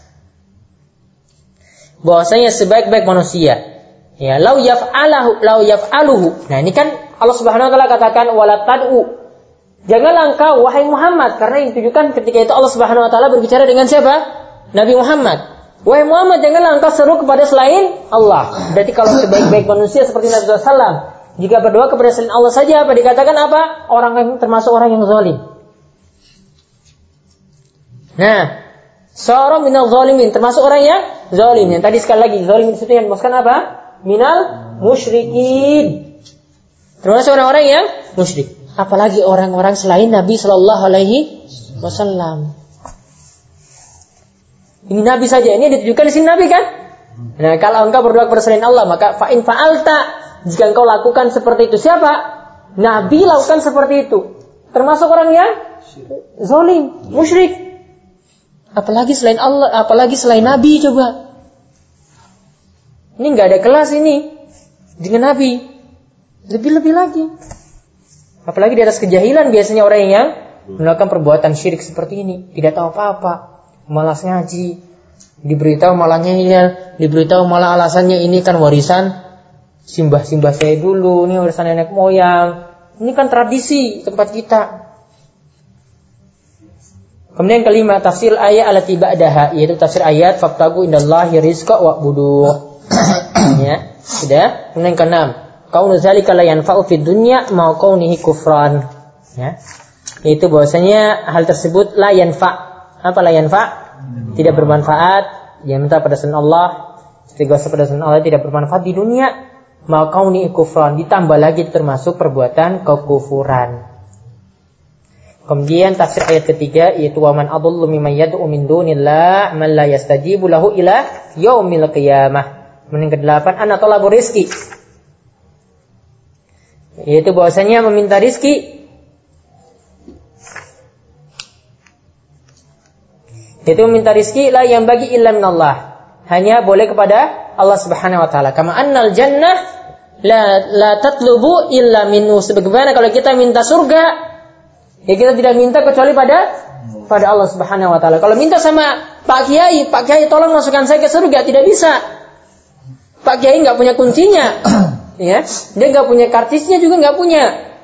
bahwasanya sebaik-baik manusia. Ya, lau yaf'alahu lau yaf'aluhu. Nah, ini kan Allah Subhanahu wa taala katakan wala tad'u. Janganlah engkau wahai Muhammad, karena yang ditujukan ketika itu Allah Subhanahu wa taala berbicara dengan siapa? Nabi Muhammad. Wahai Muhammad, janganlah engkau seru kepada selain Allah. Berarti kalau sebaik-baik manusia seperti Nabi sallallahu alaihi wasallam, jika berdoa kepada selain Allah saja, apa dikatakan apa? Orang yang termasuk orang yang zalim. Nah, seorang minal zalimin, termasuk orang yang zalim. Yang tadi sekali lagi, zalim itu yang dimaksudkan apa? Minal musyrikin. Termasuk orang-orang yang musyrik. Apalagi orang-orang selain Nabi Sallallahu Alaihi Wasallam. Ini Nabi saja, ini ditujukan di sini Nabi kan? Nah, kalau engkau berdoa kepada selain Allah, maka fa'in fa'alta, jika engkau lakukan seperti itu, siapa? Nabi lakukan seperti itu. Termasuk orang yang zalim, musyrik. Apalagi selain Allah, apalagi selain Nabi coba. Ini nggak ada kelas ini dengan Nabi. Lebih-lebih lagi. Apalagi di atas kejahilan biasanya orang yang melakukan perbuatan syirik seperti ini, tidak tahu apa-apa, malas ngaji, diberitahu malah ngeyel, diberitahu malah alasannya ini kan warisan simbah-simbah saya dulu, ini warisan nenek moyang, ini kan tradisi tempat kita. Kemudian yang kelima, tafsir ayat allati ba'daha, yaitu tafsir ayat fabtagu indallahi rizqa wa'budu. Ya, sudah. Kemudian yang keenam, kaunu zalika la yanfa'u fid dunya ma kaunihi kufran. Ya. Yaitu bahwasanya hal tersebut la yanfa'. Apa la yanfa'? Tidak bermanfaat. Dia minta pada selain Allah istighosa pada selain Allah tidak bermanfaat di dunia, maka kauni kufran, ditambah lagi termasuk perbuatan kekufuran. Kemudian tafsir ayat ketiga yaitu waman adullu mimman yad'u min dunillah man la yastajibu lahu ila yaumil qiyamah. Yang kedelapan ana talabu rizki, yaitu bahwasanya meminta rizki yaitu meminta rizki la yang bagi illa minallah, hanya boleh kepada Allah Subhanahu wa taala. Kama annal jannah la la tatlubu illa minhu, sebagaimana kalau kita minta surga ya kita tidak minta kecuali pada pada Allah Subhanahu wa taala. Kalau minta sama Pak Kiai, Pak Kiai tolong masukkan saya ke surga, tidak bisa. Pak Kiai enggak punya kuncinya. Ya, dia enggak punya kartisnya juga enggak punya.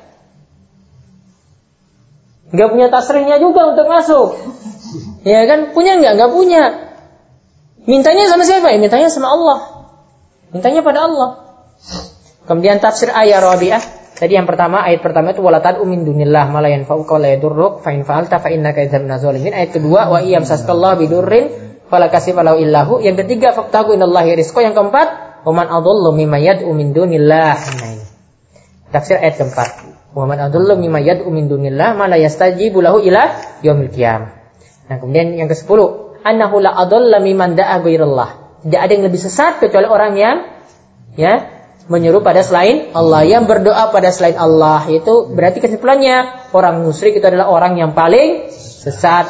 Enggak punya tasrihnya juga untuk masuk. Ya kan? Punya enggak? Enggak punya. Mintanya sama siapa? Ya, mintanya sama Allah. Mintanya pada Allah. Kemudian tafsir ayat Rabi'ah. Tadi yang pertama, ayat pertama itu wala tad'u min dunillah ma la yanfa'uka wa la yadurruk fa in fa'alta fa innaka idzan minaz zalimin. Ayat kedua wa iyam saskallahu bidurrin fala kashifa lahu illahu. Yang ketiga faqtahu inallahi rizqa. Yang keempat wa man adallu mimma yad'u min dunillah. Nah, ini tafsir ayat keempat. Wa man adallu mimma yad'u min dunillah ma la yastajibu lahu ila yaumil qiyamah. Nah, kemudian yang kesepuluh, annahu la adalla mimman da'a ghairallah. Tidak ada yang lebih sesat kecuali orang yang ya menyeru pada selain Allah, yang berdoa pada selain Allah. Itu berarti kesimpulannya orang musyrik itu adalah orang yang paling sesat,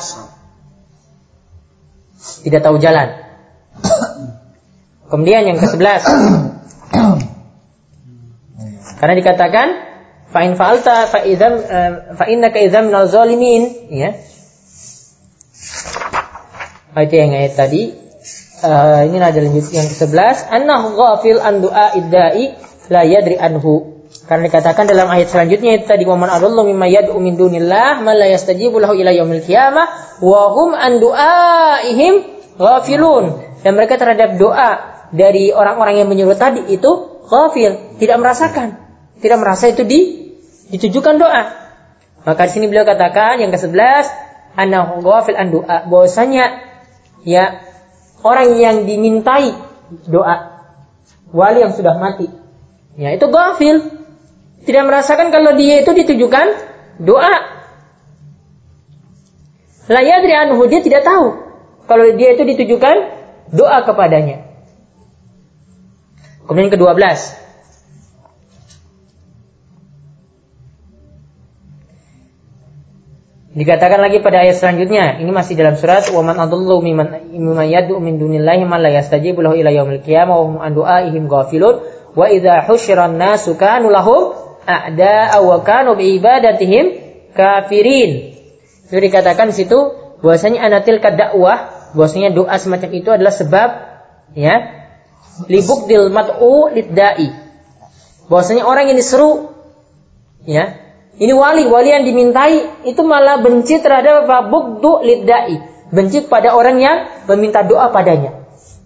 tidak tahu jalan. Kemudian yang kesebelas, karena dikatakan fa in fa'alta fa idzam fa innaka idzam minal zalimin, ya. Ayat yang ayat tadi. Uh, ini adalah yang kesebelas, annahu ghafil an du'a idda'i la yadri anhu. Karena dikatakan dalam ayat selanjutnya itu tadi wa man adallu mimma yad'u min dunillah man la yastajibu lahu ila yaumil qiyamah wa hum an du'aihim ghafilun. Dan mereka terhadap doa dari orang-orang yang menyuruh tadi itu ghafil, tidak merasakan, tidak merasa itu di, ditujukan doa. Maka di sini beliau katakan yang kesebelas, annahu ghafil an du'a, bahwasanya ya orang yang dimintai doa, wali yang sudah mati, ya itu ghafil, tidak merasakan kalau dia itu ditujukan doa. La yadri anhu, dia tidak tahu kalau dia itu ditujukan doa kepadanya. Kemudian kedua belas, dikatakan lagi pada ayat selanjutnya, ini masih dalam surat wa man adallu mimman yad'u min dunillahi man la yastajibu lahu ila yaumil qiyamah wa hum an du'aihim ghafilun wa idza husyiran nasu kanu lahum a'da'a wa kanu bi ibadatihim kafirin. Itu dikatakan di situ bahwasanya anatil dakwah, bahwasanya doa semacam itu adalah sebab ya libukdil mad'u lidda'i, bahwasanya orang yang diseru ya, ini wali, wali yang dimintai itu malah benci terhadap bugdu lidda'i, benci pada orang yang meminta doa padanya.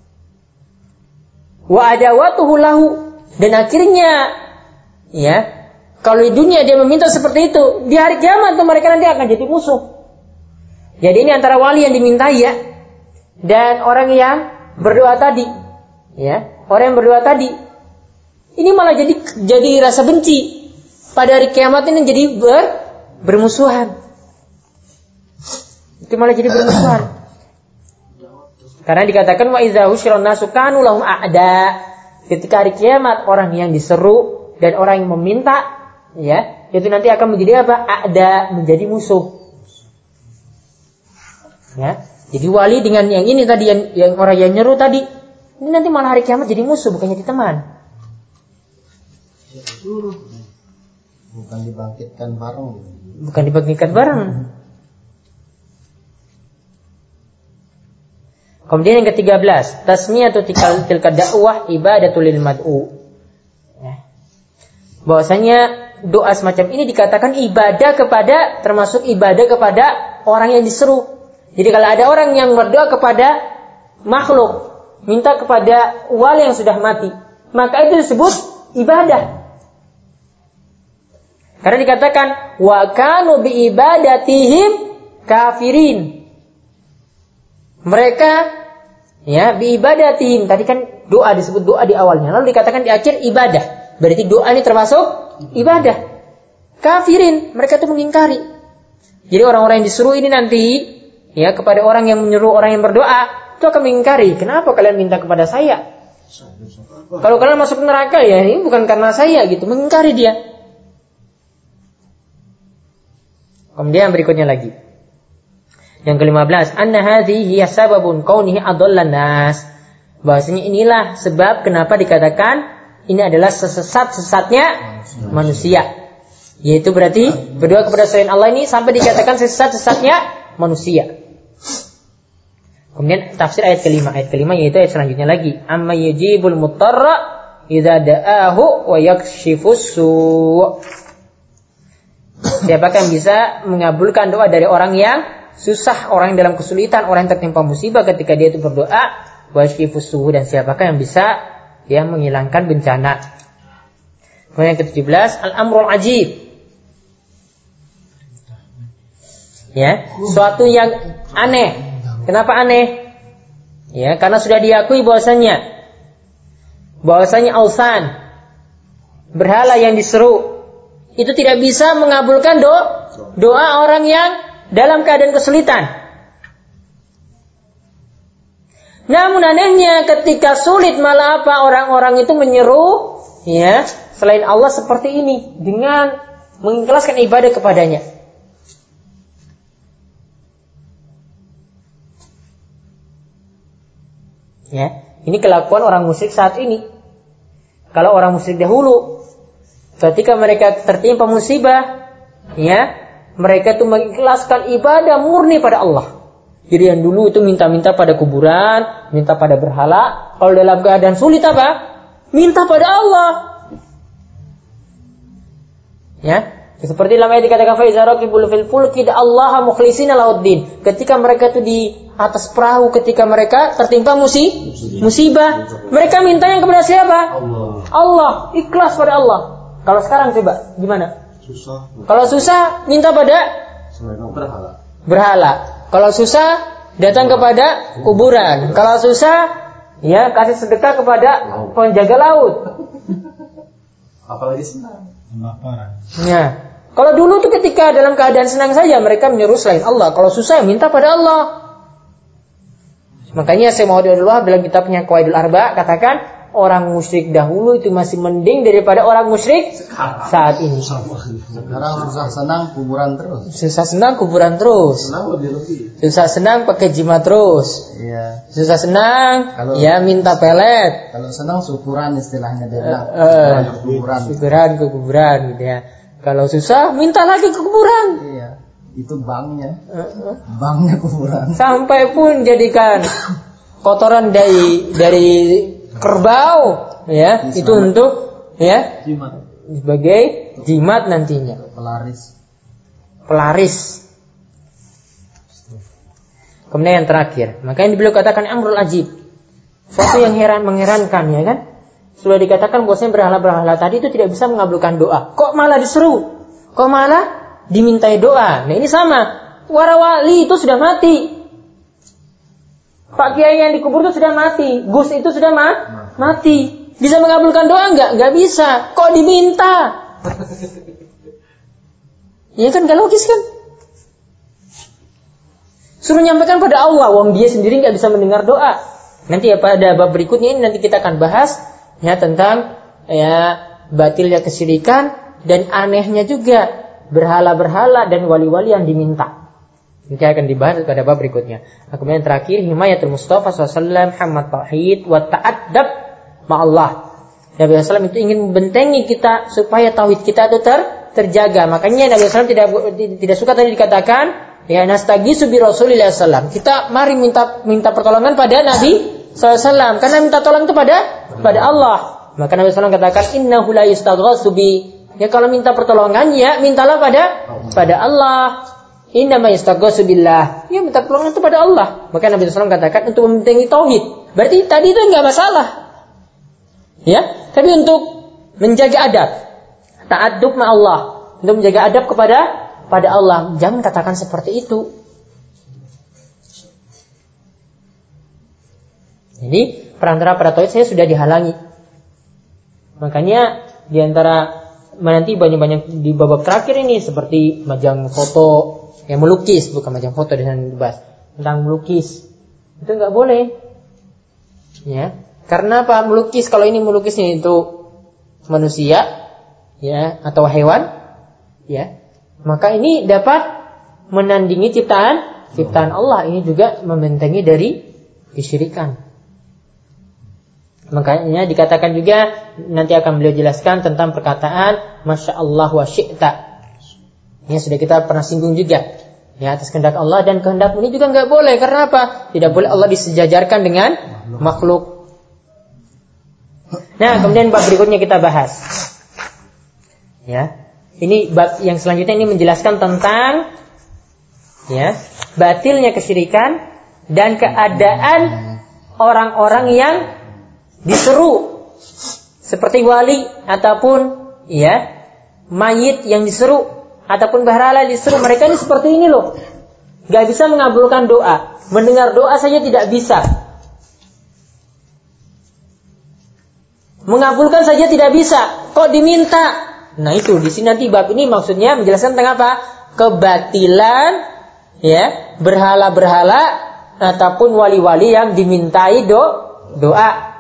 Wa adawatuhu lahu, dan akhirnya ya, kalau di dunia dia meminta seperti itu, di hari kiamat mereka nanti akan jadi musuh. Jadi ini antara wali yang dimintai ya dan orang yang berdoa tadi. Ya, orang yang berdoa tadi ini malah jadi jadi rasa benci. Pada hari kiamat ini jadi ber, bermusuhan. Itu malah jadi bermusuhan. Karena dikatakan wa idza husyiran nasu kanu lahum a'da. Ketika hari kiamat orang yang diseru dan orang yang meminta ya, itu nanti akan menjadi apa? A'da, menjadi musuh. Ya. Jadi wali dengan yang ini tadi yang, yang orang yang nyeru tadi, ini nanti malah hari kiamat jadi musuh, bukan jadi teman. Bukan dibangkitkan bareng. Bukan dibangkitkan bareng. Kemudian yang ketiga belas, tasmiyatu tilka dakwah ibadatul lil mad'u. Ya. Bahwasanya doa semacam ini dikatakan ibadah kepada, termasuk ibadah kepada orang yang diseru. Jadi kalau ada orang yang berdoa kepada makhluk, minta kepada wali yang sudah mati, maka itu disebut ibadah. Karena dikatakan wa kanu bi ibadatihim kafirin. Mereka Ya, bi ibadatihim. Tadi kan doa disebut doa di awalnya, lalu dikatakan di akhir ibadah. Berarti doa ini termasuk ibadah. Kafirin, mereka itu mengingkari. Jadi orang-orang yang disuruh ini nanti ya kepada orang yang menyuruh orang yang berdoa itu akan mengingkari. Kenapa kalian minta kepada saya? Kalau kalian masuk neraka ya ini bukan karena saya gitu, mengingkari dia. Kemudian berikutnya lagi. Yang kelima belas, anna hadhihi hiya sababun kaunihi adallan nas. Bahwasanya inilah sebab kenapa dikatakan ini adalah sesat-sesatnya manusia. Yaitu berarti berdoa kepada selain Allah ini sampai dikatakan sesat-sesatnya manusia. Kemudian tafsir ayat kelima, ayat kelima yaitu ayat selanjutnya lagi. Amma yujibul mutarra idza da'ahu wa yakshifus su'. Siapakah yang bisa mengabulkan doa dari orang yang susah, orang yang dalam kesulitan, orang yang tertimpa musibah ketika dia itu berdoa, wa yakshifus su', dan siapakah yang bisa ya menghilangkan bencana. Kemudian yang ketujuh belas, al-amrul ajib. Ya, suatu yang aneh. Kenapa aneh? Ya, karena sudah diakui bahwasanya bahwasanya ausan, berhala yang diseru itu tidak bisa mengabulkan do, doa orang yang dalam keadaan kesulitan. Namun anehnya ketika sulit malah apa orang-orang itu menyeru ya selain Allah seperti ini dengan mengikhlaskan ibadah kepadanya. Ya, ini kelakuan orang musyrik saat ini. Kalau orang musyrik dahulu, ketika mereka tertimpa musibah, ya, mereka itu mengikhlaskan ibadah murni pada Allah. Jadi yang dulu itu minta-minta pada kuburan, minta pada berhala. Kalau dalam keadaan sulit apa? Minta pada Allah. Ya, seperti dalam ayat dikatakan fa iza raqibul fil fulki da Allah mukhlishina lauddin. Ketika mereka itu di atas perahu, ketika mereka tertimpa musi, musibah, mereka mintanya kepada siapa? Allah. Allah, ikhlas pada Allah. Kalau sekarang coba gimana? Susah. Kalau susah minta pada Berhala. berhala. Kalau susah datang kepada kuburan. Kalau susah ya kasih sedekah kepada penjaga laut. Apalagi senang. Tambah parah. Ya. Kalau dulu tuh ketika dalam keadaan senang saja mereka menyeru selain Allah. Kalau susah minta pada Allah. Makanya saya mau dulu dalam kitabnya Qawaidul Arba katakan orang musyrik dahulu itu masih mending daripada orang musyrik saat ini. Sekarang susah senang kuburan terus. Susah senang kuburan terus. Senang lebih lebih. Susah senang pakai jimat terus. Iya. Susah senang Kalau- ya minta pelet. Kalau senang syukuran istilahnya dia bilang. Eh, eh, Kuburan. Syukuran ke kuburan gitu ya. Kalau susah minta lagi ke kuburan. Iya. Itu banknya. Eh, eh. Banknya kuburan. Sampai pun jadikan kotoran dari dari kerbau ya Ini itu selamat. untuk ya Jimat. sebagai jimat nantinya, Pelaris. pelaris. Kemudian yang terakhir, makanya beliau katakan amrul ajib, suatu yang heran mengherankan ya kan. Sudah dikatakan bahwasanya berhala-berhala tadi itu tidak bisa mengabulkan doa, kok malah diseru, kok malah dimintai doa. Nah ini sama, para wali itu sudah mati, Pak Kiai yang dikubur itu sudah mati, Gus itu sudah ma mati, bisa mengabulkan doa enggak? Enggak bisa, kok diminta? Ya kan gak logis kan? Suruh nyampaikan pada Allah, wong dia sendiri nggak bisa mendengar doa. Nanti ya pada bab berikutnya ini nanti kita akan bahas ya tentang ya batilnya kesyirikan dan anehnya juga berhala-berhala dan wali-wali yang diminta. Nanti akan dibahas pada bab berikutnya. Nah, kemudian terakhir himayatul Mustafa shallallahu alaihi wasallam hamad tauhid wa ta'addab ma'allah. Nabi sallallahu alaihi wasallam itu ingin membentengi kita supaya tauhid kita itu ter, terjaga. Makanya Nabi sallallahu alaihi wasallam tidak tidak suka tadi dikatakan ya nastagisu bi Rasulillah sallallahu alaihi wasallam. Kita mari minta minta pertolongan pada Nabi sallallahu alaihi wasallam karena minta tolong itu pada pada Allah. Maka Nabi sallallahu alaihi wasallam katakan innahu la yastaghasu bi. Ya kalau minta pertolongan ya mintalah pada pada Allah. Innama yastaghasu billah. Ya minta pertolongan itu pada Allah. Maka Nabi sallallahu alaihi wasallam katakan untuk membentengi tauhid. Berarti tadi itu enggak masalah. Ya, tapi untuk menjaga adab, ta'addub ma Allah, untuk menjaga adab kepada pada Allah, jangan katakan seperti itu. Jadi perantara pada tauhid saya sudah dihalangi. Makanya di antara nanti banyak-banyak di babak terakhir ini seperti majang foto yang melukis, bukan majang foto dengan dibahas tentang melukis. Itu enggak boleh. Ya. Karena apa? Melukis, kalau ini melukisnya itu manusia ya atau hewan ya, maka ini dapat menandingi ciptaan ciptaan Allah. Ini juga membentengi dari kesyirikan. Makanya dikatakan juga, nanti akan beliau jelaskan tentang perkataan Masya Allah wa syi'ta. Ini sudah kita pernah singgung juga. Ya, atas kehendak Allah dan kehendak ini juga enggak boleh. Karena apa? Tidak boleh Allah disejajarkan dengan makhluk. Nah, kemudian bab berikutnya kita bahas. Ya. Ini bab yang selanjutnya ini menjelaskan tentang ya, batilnya kesyirikan dan keadaan orang-orang yang diseru seperti wali ataupun ya mayit yang diseru ataupun berhala diseru. Mereka ini seperti ini loh, gak bisa mengabulkan doa, mendengar doa saja tidak bisa, mengabulkan saja tidak bisa, kok diminta. Nah itu di sini nanti bab ini maksudnya menjelaskan tentang apa? Kebatilan ya berhala-berhala ataupun wali-wali yang dimintai do doa.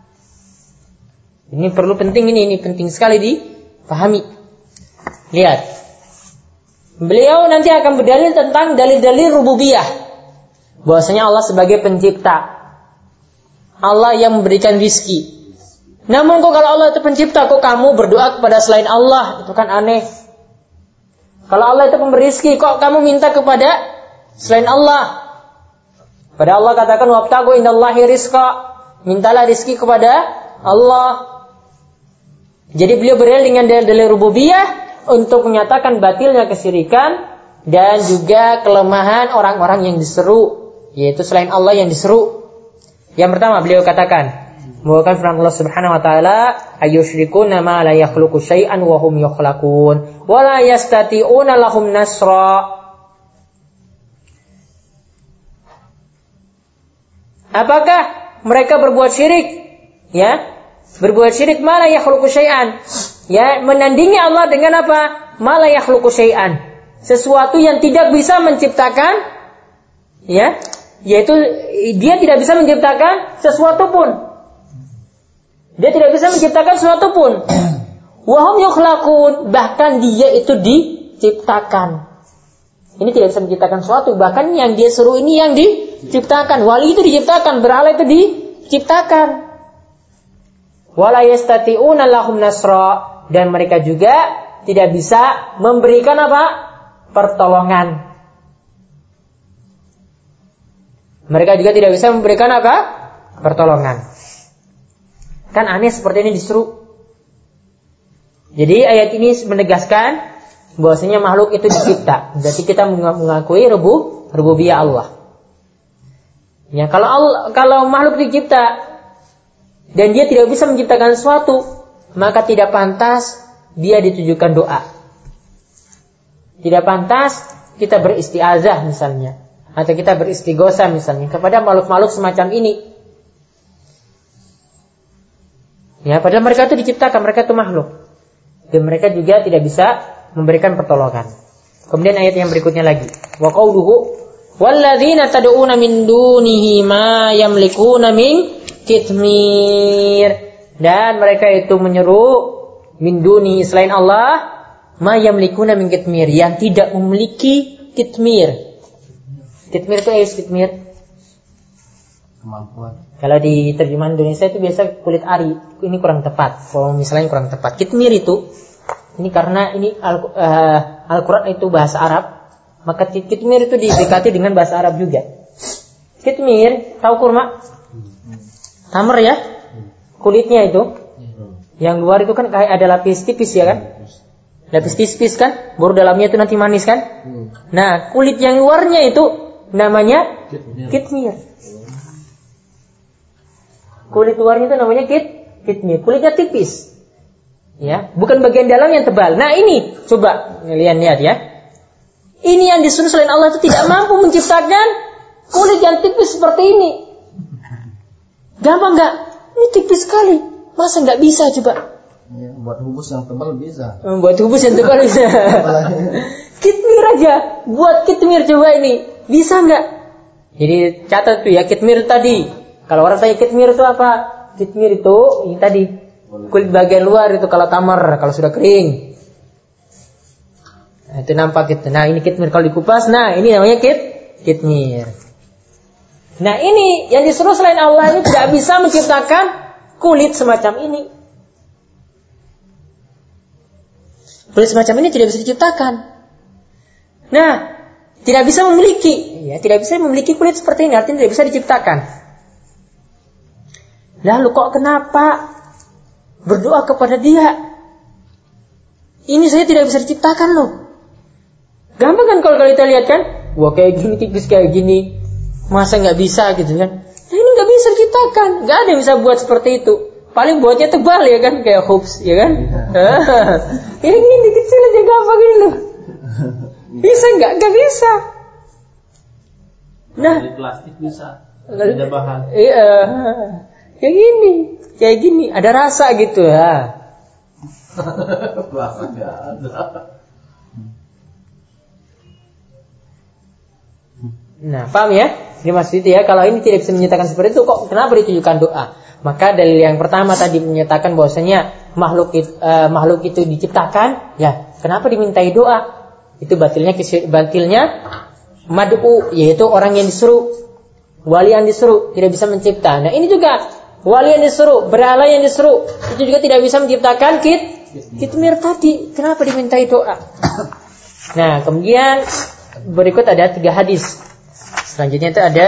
Ini perlu penting ini, ini penting sekali dipahami. Lihat. Beliau nanti akan berdalil tentang dalil-dalil rububiyah. Bahwasanya Allah sebagai pencipta. Allah yang memberikan rizki. Namun kok kalau Allah itu pencipta, kok kamu berdoa kepada selain Allah? Itu kan aneh. Kalau Allah itu pemberi rizki, kok kamu minta kepada selain Allah? Pada Allah katakan wabtagu indallahi rizqa. Mintalah rizki kepada Allah. Jadi beliau berdalil dengan dalil rububiyah untuk menyatakan batilnya kesyirikan dan juga kelemahan orang-orang yang diseru, yaitu selain Allah yang diseru. Yang pertama beliau katakan, membawakan firman Allah Subhanahu wa taala, ayyusyrikuna ma la yakhluqu syai'an wa hum yukhlaqun wa la yastati'una lahum nasra. Apakah mereka berbuat syirik? Ya, berbuat syirik ma la yakhluqu syai'an. Ya, menandingi Allah dengan apa? Ma la yakhluqu syai'an. Sesuatu yang tidak bisa menciptakan, ya, yaitu dia tidak bisa menciptakan sesuatu pun. Dia tidak bisa menciptakan sesuatu pun. Wa hum yukhlaqun, bahkan dia itu diciptakan. Ini tidak bisa menciptakan sesuatu, bahkan yang dia seru ini yang diciptakan. Wali itu diciptakan, berhala itu diciptakan. Wala yastati'una lahum nasra, dan mereka juga tidak bisa memberikan apa? Pertolongan. Mereka juga tidak bisa memberikan apa? Pertolongan. Kan aneh seperti ini diseru. Jadi ayat ini menegaskan bahwasanya makhluk itu dicipta. Berarti kita mengakui rubu rububiyah Allah. Ya, kalau Allah, kalau makhluk dicipta dan dia tidak bisa menciptakan sesuatu, maka tidak pantas dia ditujukan doa. Tidak pantas kita beristiazah misalnya, atau kita beristighosa misalnya kepada makhluk-makhluk semacam ini. Ya, padahal mereka itu diciptakan, mereka itu makhluk, dan mereka juga tidak bisa memberikan pertolongan. Kemudian ayat yang berikutnya lagi, wa qauluhu walladzina tad'una min dunihi ma yamlikuna min kitmir, dan mereka itu menyeru min dunihi selain Allah ma yamlikuna min kitmir, yang tidak memiliki kitmir. Kitmir itu apa kitmir? Kemampuan. Kalau di terjemahan Indonesia itu biasa kulit ari. Ini kurang tepat. Kalau misalnya kurang tepat. Kitmir itu, ini karena ini Al, uh, Al-Quran itu bahasa Arab, maka kitmir itu didekati dengan bahasa Arab juga. Kitmir, tahu kurma? Tamar ya? Kulitnya itu, yang luar itu kan kayak ada lapis tipis ya kan? Lapis tipis kan? Baru dalamnya itu nanti manis kan? Nah, kulit yang luarnya itu namanya kitmir. Kulit luarnya itu namanya kit, kitmir. Kulitnya tipis. Ya, bukan bagian dalam yang tebal. Nah, ini coba kalian lihat ya. Ini yang disuruh selain Allah itu tidak mampu menciptakan kulit yang tipis seperti ini. Gampang nggak? Ini tipis sekali. Masa nggak bisa coba? Ya, buat hubus yang tebal bisa. Buat hubus yang tebal bisa. Kitmir aja. Buat kitmir coba ini. Bisa nggak? Jadi catat tuh ya, kitmir tadi. Kalau orang tanya kitmir itu apa? Kitmir itu ini tadi. Kulit bagian luar itu kalau tamar, kalau sudah kering. Nah, itu nampak gitu. Nah, ini kitmir kalau dikupas. Nah, ini namanya kit kitmir. Nah, ini yang disuruh selain Allah ini tidak bisa menciptakan kulit semacam ini. Kulit semacam ini tidak bisa diciptakan. Nah, tidak bisa memiliki, ya, tidak bisa memiliki kulit seperti ini, artinya tidak bisa diciptakan. Lalu kok kenapa berdoa kepada Dia? Ini saya tidak bisa diciptakan loh. Gampang kan kalau kita lihat kan, wah kayak gini tipis kayak gini, masa nggak bisa gitu kan? Nah, ini nggak bisa diciptakan, nggak ada yang bisa buat seperti itu. Paling buatnya tebal ya kan, kayak hoops ya kan? Ini gini kecil aja gampang ini loh. Bisa nggak? Nggak bisa. Nah, dari plastik bisa, ada bahan. Iya, kayak gini, kayak gini, ada rasa gitu ya. Plastik nggak ada. Nah, paham ya? Ini maksudnya ya, kalau ini tidak bisa menyatakan seperti itu, kok kenapa ditujukan doa? Maka dalil yang pertama tadi menyatakan bahwasanya makhluk itu, uh, makhluk itu diciptakan, ya kenapa dimintai doa? Itu batilnya batilnya mad'u, yaitu orang yang disuruh, wali yang disuruh tidak bisa mencipta. Nah, ini juga wali yang disuruh, berhala yang disuruh, itu juga tidak bisa menciptakan kit kitmir tadi. Kenapa dimintai doa? Nah, kemudian berikut ada tiga hadis. Selanjutnya itu ada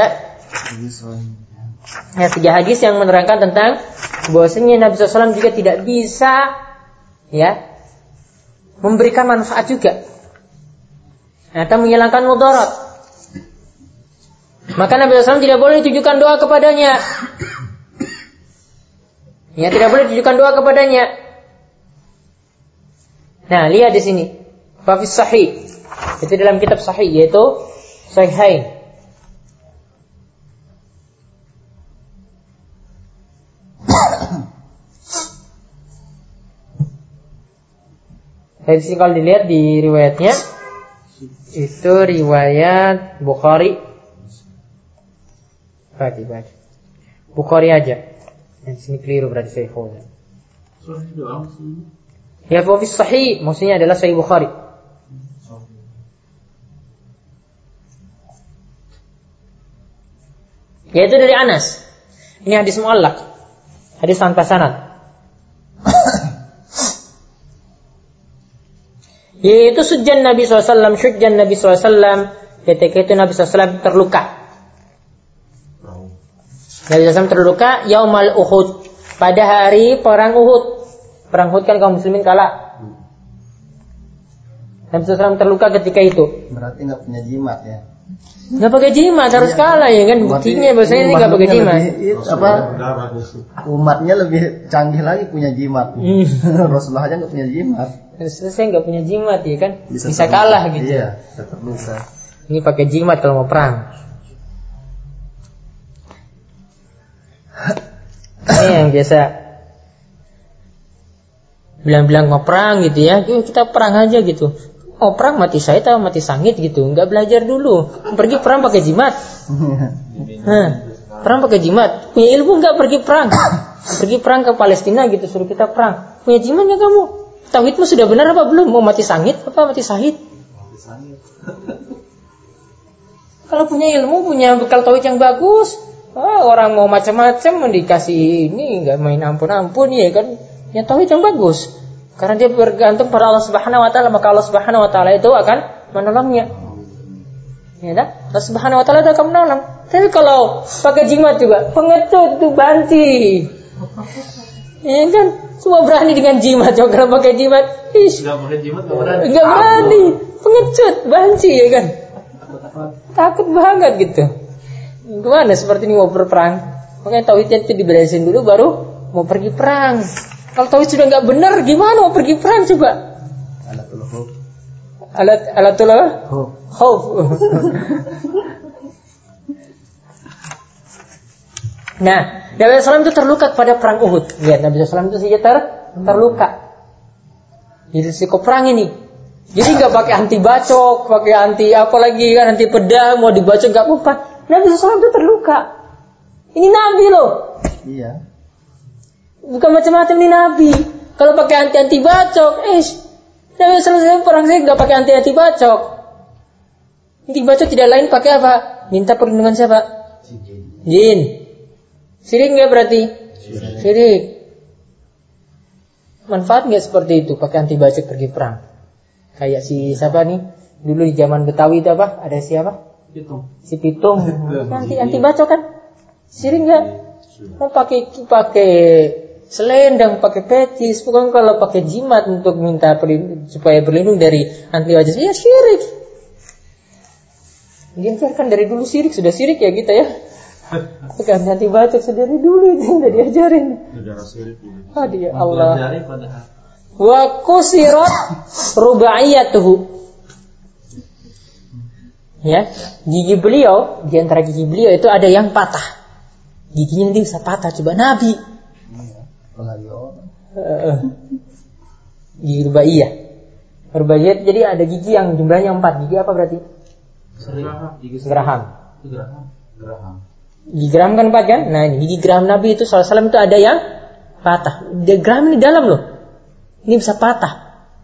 ya, tiga hadis yang menerangkan tentang bahwasanya Nabi shallallahu alaihi wasallam juga tidak bisa ya memberikan manfaat juga atau menghilangkan mudarat. Maka Nabi shallallahu alaihi wasallam tidak boleh ditujukan doa kepadanya. Ya, tidak boleh ditujukan doa kepadanya. Nah, lihat di sini. Bafis sahih. Itu dalam kitab sahih yaitu Sahihain. Dari sini kalau dilihat di riwayatnya itu riwayat Bukhari. Bagi bagi. Bukhari aja. Yang sini keliru berarti Sahih Fauzan. Sahih doang sih. Ya, Bafis sahih maksudnya adalah Sahih Bukhari. Yaitu dari Anas. Ini hadis mu'allaq. Hadis tanpa sanad. Yaitu sujjan Nabi shallallahu alaihi wasallam, sujjan Nabi shallallahu alaihi wasallam, ketika itu Nabi shallallahu alaihi wasallam terluka. Nabi shallallahu alaihi wasallam terluka yaumal Uhud, pada hari perang Uhud. Perang Uhud kan kaum muslimin kalah. Nabi shallallahu alaihi wasallam terluka ketika itu. Berarti nggak punya jimat ya? Nggak pakai jimat, harus ya, kalah ya kan? Buktinya bahwasanya ini nggak pakai jimat. Lebih, apa? Umatnya lebih canggih lagi punya jimat. Hmm. Rasulullah aja nggak punya jimat. Saya nggak punya jimat ya kan? Bisa, bisa kalah gitu. Iya, tetap bisa. Ini pakai jimat kalau mau perang. Ini yang biasa bilang-bilang mau perang gitu ya, yuk kita perang aja gitu. Oh, perang mati syahid atau mati sangit gitu, nggak belajar dulu. Pergi perang pakai jimat. Nah, perang pakai jimat. Punya ilmu nggak pergi perang? Pergi perang ke Palestina gitu, suruh kita perang. Punya jimat nggak kamu? Tauhidmu sudah benar apa belum? Mau mati sangit apa mati syahid? Kalau punya ilmu, punya bekal tauhid yang bagus, oh, orang mau macam-macam dikasih ini nggak main ampun-ampun ya kan? Yang tauhid yang bagus. Karena dia bergantung pada Allah Subhanahu wa taala, maka Allah Subhanahu wa taala itu akan menolongnya. Ya kan? Allah Subhanahu wa taala itu akan menolong. Tapi kalau pakai jimat juga, pengecut itu banci. Ya kan? Semua berani dengan jimat, coba kalau pakai jimat. Ish. Enggak pakai jimat enggak berani. Enggak berani. Pengecut, banci ya kan? Takut banget gitu. Gimana seperti ini mau berperang? Makanya tauhidnya itu diberesin dulu baru mau pergi perang. Kalau tauhid sudah nggak benar, gimana mau pergi perang coba? Alatul khawf. Alat alatul khawf. Nah, Nabi shallallahu alaihi wasallam itu terluka pada perang Uhud. Lihat, Nabi shallallahu alaihi wasallam itu saja ter, terluka di risiko perang ini. Jadi nggak pakai anti bacok, pakai anti apa lagi kan, anti pedang, mau dibacok nggak apa-apa. Nabi shallallahu alaihi wasallam itu terluka. Ini Nabi loh. Iya. Bukan macam-macam nih Nabi. Kalau pakai anti-anti bacok, eh, Nabi shallallahu alaihi wasallam perang saya nggak pakai anti-anti bacok. Anti bacok tidak lain pakai apa? Minta perlindungan siapa? Jin. Syirik nggak berarti? Syirik. Manfaat nggak seperti itu pakai anti bacok pergi perang? Kayak si siapa nih? Dulu di zaman Betawi itu apa? Ada siapa? Pitung. Si Pitung. Anti anti bacok kan? Syirik nggak? Mau pakai pakai selendang, pakai petis, bukan kalau pakai jimat untuk minta perlindung, supaya berlindung dari anti bacok. Ya syirik. Diajarkan dari dulu syirik, sudah syirik ya kita ya. Bukan anti bacok dari dulu itu sudah diajarin. Oh dia Allah. Wa kusirat rubaiyatuhu. Ya, gigi beliau, di antara gigi beliau itu ada yang patah. Giginya nanti bisa patah, coba Nabi. Uh, gigi rubaiyah. Rubaiyah jadi ada gigi yang jumlahnya empat. Gigi apa berarti? Geraham. Geraham. Gigi geraham kan empat kan? Nah ini gigi geraham Nabi itu shallallahu alaihi wasallam itu ada yang patah. Dia geraham ini dalam loh. Ini bisa patah.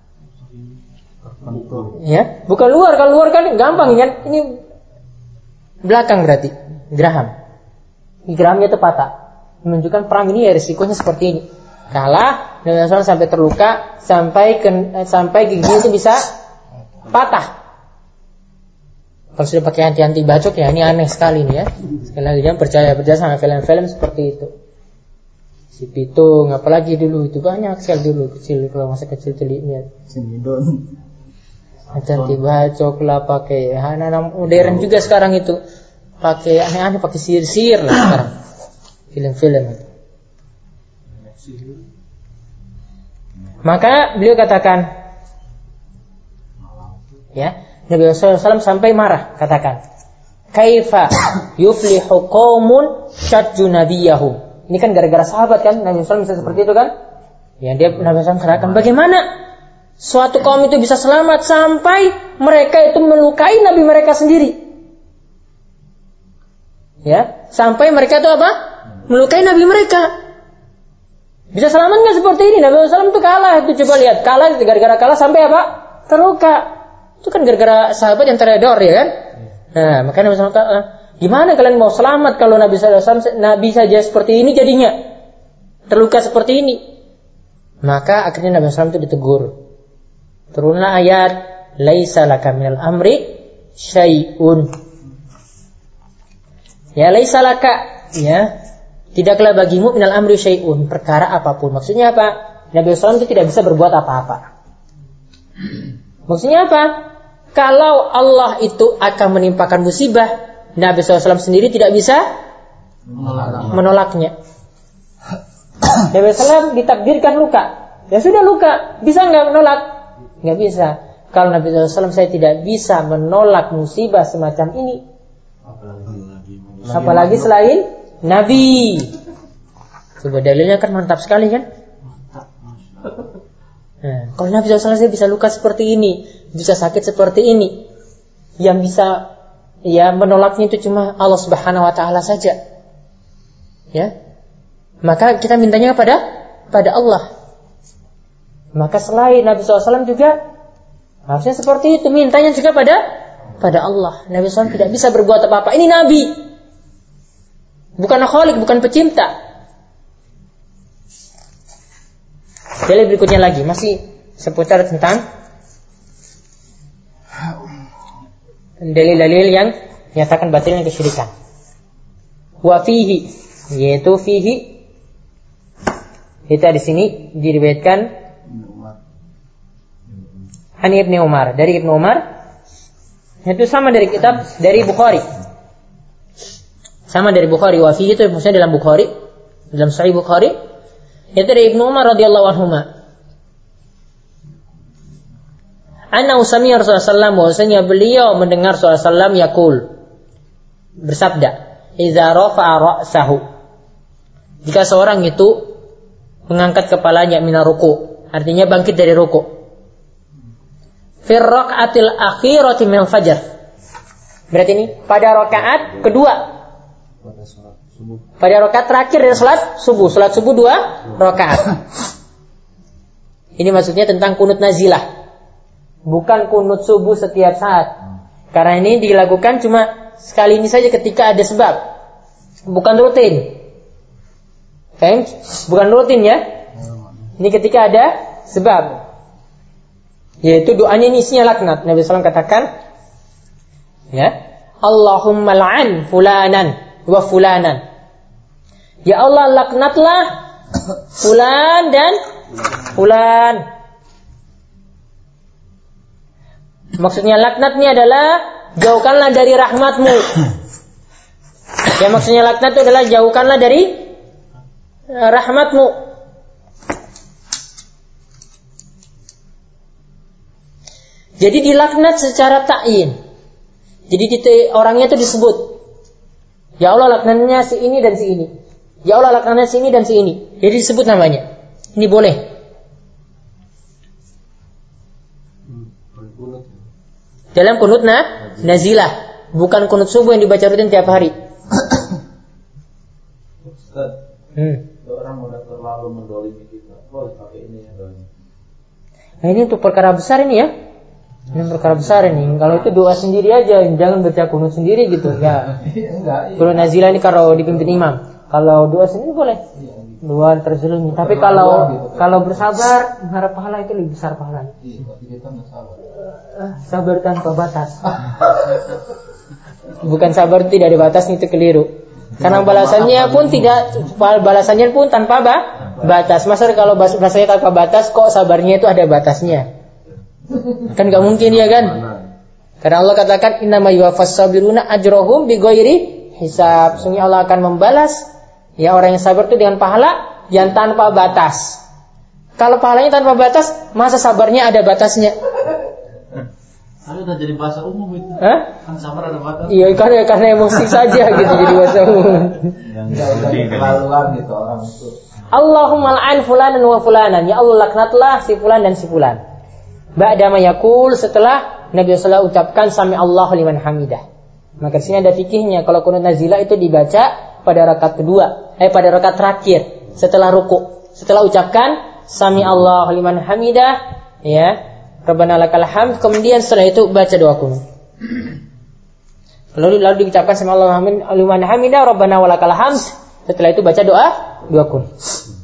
Ya, bukan luar. Kalau luar kan gampang kan? Ini belakang berarti geraham. Gigi gerahamnya itu patah. Menunjukkan perang ini ya risikonya seperti ini. Kalah, Nabi shallallahu alaihi wasallam sampai terluka, sampai ke, eh, sampai giginya itu bisa patah. Kalau sudah pakai anti-anti bacok ya ini aneh sekali nih ya. Sekali lagi jangan percaya percaya sama film-film seperti itu. Si Pitung, apalagi dulu itu banyak sekali dulu kecil kalau masa kecil tuh lihat. Semidon. Anti bacok lah pakai anak-anak modern juga sekarang itu pakai aneh-aneh pakai sihir-sihir lah sekarang. Film-film itu. Maka beliau katakan ya Nabi shallallahu alaihi wasallam sampai marah, katakan, kaifa yuflihu qaumun syajju nabiyahum. Ini kan gara-gara sahabat kan, Nabi shallallahu alaihi wasallam bisa seperti itu kan? Ya dia Nabi shallallahu alaihi wasallam katakan, bagaimana suatu kaum itu bisa selamat sampai mereka itu melukai nabi mereka sendiri? Ya, sampai mereka itu apa? Melukai nabi mereka. Bisa selamat nggak seperti ini? Nabi shallallahu alaihi wasallam itu kalah, itu coba lihat, kalah gara-gara kalah sampai apa? Terluka. Itu kan gara-gara sahabat yang teredor ya kan? Nah, makanya Nabi shallallahu alaihi wasallam, gimana kalian mau selamat kalau Nabi shallallahu alaihi wasallam Nabi saja seperti ini jadinya terluka seperti ini? Maka akhirnya Nabi shallallahu alaihi wasallam itu ditegur. Turunlah ayat, laisa laka minal amri syai'un. Ya laisa laka, ya tidaklah bagimu minal amri syai'un, perkara apapun. Maksudnya apa? Nabi shallallahu alaihi wasallam itu tidak bisa berbuat apa-apa. Maksudnya apa? Kalau Allah itu akan menimpakan musibah, Nabi shallallahu alaihi wasallam sendiri tidak bisa menolaknya. menolaknya. Nabi shallallahu alaihi wasallam ditakdirkan luka, ya sudah luka, bisa nggak menolak? Nggak bisa. Kalau Nabi shallallahu alaihi wasallam saya tidak bisa menolak musibah semacam ini, apalagi, apalagi selain Nabi. Coba dalilnya kan mantap sekali kan? Nah, kalau Nabi shallallahu alaihi wasallam bisa luka seperti ini, bisa sakit seperti ini, yang bisa ya menolaknya itu cuma Allah Subhanahu Wa Taala saja. Ya, maka kita mintanya pada pada Allah. Maka selain Nabi shallallahu alaihi wasallam juga harusnya seperti itu, mintanya juga pada pada Allah. Nabi shallallahu alaihi wasallam tidak bisa berbuat apa-apa. Ini Nabi, bukan khalik, bukan pencipta. Dalil berikutnya lagi masih seputar tentang dalil-dalil yang menyatakan batilnya kesyirikan. Wa fihi, yaitu fihi kita di sini diriwayatkan Ani Ibnu Umar, dari Ibnu Umar, itu sama dari kitab dari Bukhari. Sama dari Bukhari, wa fihi itu maksudnya dalam Bukhari, dalam Sahih Bukhari. Itu dari Ibnu Umar radhiyallahu anhuma. Anna usamiya Rasulullah sallallahu alaihi wasallam, bahwasanya beliau mendengar Rasulullah sallallahu alaihi wasallam yaqul, bersabda, "Idza rafa'a ra'sahu." Jika seorang itu mengangkat kepalanya minar ruku, artinya bangkit dari ruku. Fi raka'atil akhirati minal fajr. Berarti ini pada rakaat kedua. Pada rakaat terakhir dari salat subuh. Salat subuh dua rakaat. Ini maksudnya tentang kunut nazilah. Bukan kunut subuh setiap saat. Karena ini dilakukan cuma sekali ini saja ketika ada sebab. Bukan rutin. Oke? Bukan rutin ya. Ini ketika ada sebab. Yaitu doanya ini isinya laknat. Nabi sallallahu alaihi wasallam katakan, ya, Allahumma la'an fulanan wa fulanan. Ya Allah, laknatlah fulan dan fulan. Maksudnya laknat ini adalah jauhkanlah dari rahmatmu. Ya, maksudnya laknat itu adalah jauhkanlah dari rahmatmu. Jadi dilaknat secara ta'yin. Jadi orangnya itu disebut. Ya Allah, laknatnya si ini dan si ini. Ya Allah, laknatnya si ini dan si ini. Jadi disebut namanya. Ini boleh. Dalam kunut na, nazilah, bukan kunut subuh yang dibaca rutin tiap hari. Ustaz, hmm. orang udah terlalu mendolimi kita, boleh pakai ini ya. Nah, ini untuk perkara besar ini ya. Ini perkara besar ini. Kalau itu doa sendiri aja, jangan baca kunut sendiri gitu. Ya. Kunut nazilah ini kalau dipimpin imam. Kalau doa sendiri boleh. Doa terzalimi. Tapi kalau kalau bersabar, mengharap pahala itu lebih besar pahalanya. Iya, tapi kita enggak sabar. Sabar tanpa batas. Bukan sabar tidak ada batas, itu keliru. Karena balasannya pun tidak, balasannya pun tanpa ba, batas. Masa kalau balasannya tanpa batas, kok sabarnya itu ada batasnya? Kan nggak mungkin ya kan? Karena Allah katakan innama yuwaffas sabiruna ajrohum bighairi hisab. Sungguh Allah akan membalas ya orang yang sabar itu dengan pahala yang tanpa batas. Kalau pahalanya tanpa batas, masa sabarnya ada batasnya? Tapi udah jadi bahasa umum itu. Hah? Kan sabar ada batas. Iya, karena karena emosi saja gitu jadi bahasa umum. Yang keterlaluan gitu orang itu. Allahumma la'an fulanan wa fulanan. Ya Allah, laknatlah si fulan dan si fulan. Ba'da ma yaqul, setelah Nabi sallallahu alaihi wasallam ucapkan sami Allahu liman hamidah. Maka di sini ada fikihnya, kalau kunut nazilah itu dibaca pada rakaat kedua, eh pada rakaat terakhir setelah ruku. Setelah ucapkan sami Allahu liman hamidah, ya. Rabbana lakal hamd, kemudian setelah itu baca doa kunut. Lalu lalu diucapkan sami Allahu liman hamidah, Rabbana walakal hamd. Setelah itu baca doa doa kunut.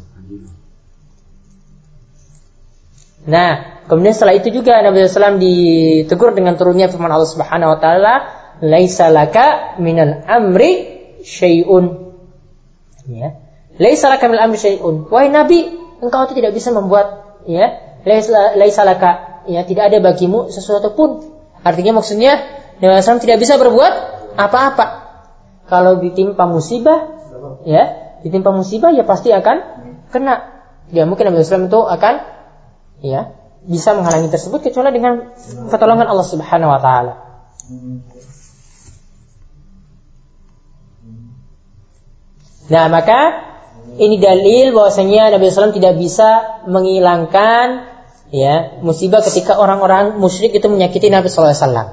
Nah, kemudian setelah itu juga Nabi sallallahu alaihi wasallam ditegur dengan turunnya firman Allah Subhanahu wa taala, "Laisa laka minal amri syai'un." Ya. Laisa laka minal amri syai'un. Wahai Nabi, engkau itu tidak bisa membuat ya, laisa laisa laka, ya, tidak ada bagimu sesuatu pun. Artinya maksudnya Nabi sallallahu alaihi wasallam tidak bisa berbuat apa-apa. Kalau ditimpa musibah, ya, ditimpa musibah ya pasti akan kena. Ya, mungkin Nabi sallallahu alaihi wasallam itu akan ya bisa menghalangi tersebut kecuali dengan pertolongan Allah Subhanahu wa taala. Nah, maka ini dalil bahwasanya Nabi sallallahu alaihi wasallam tidak bisa menghilangkan ya musibah ketika orang-orang musyrik itu menyakiti Nabi sallallahu alaihi wasallam.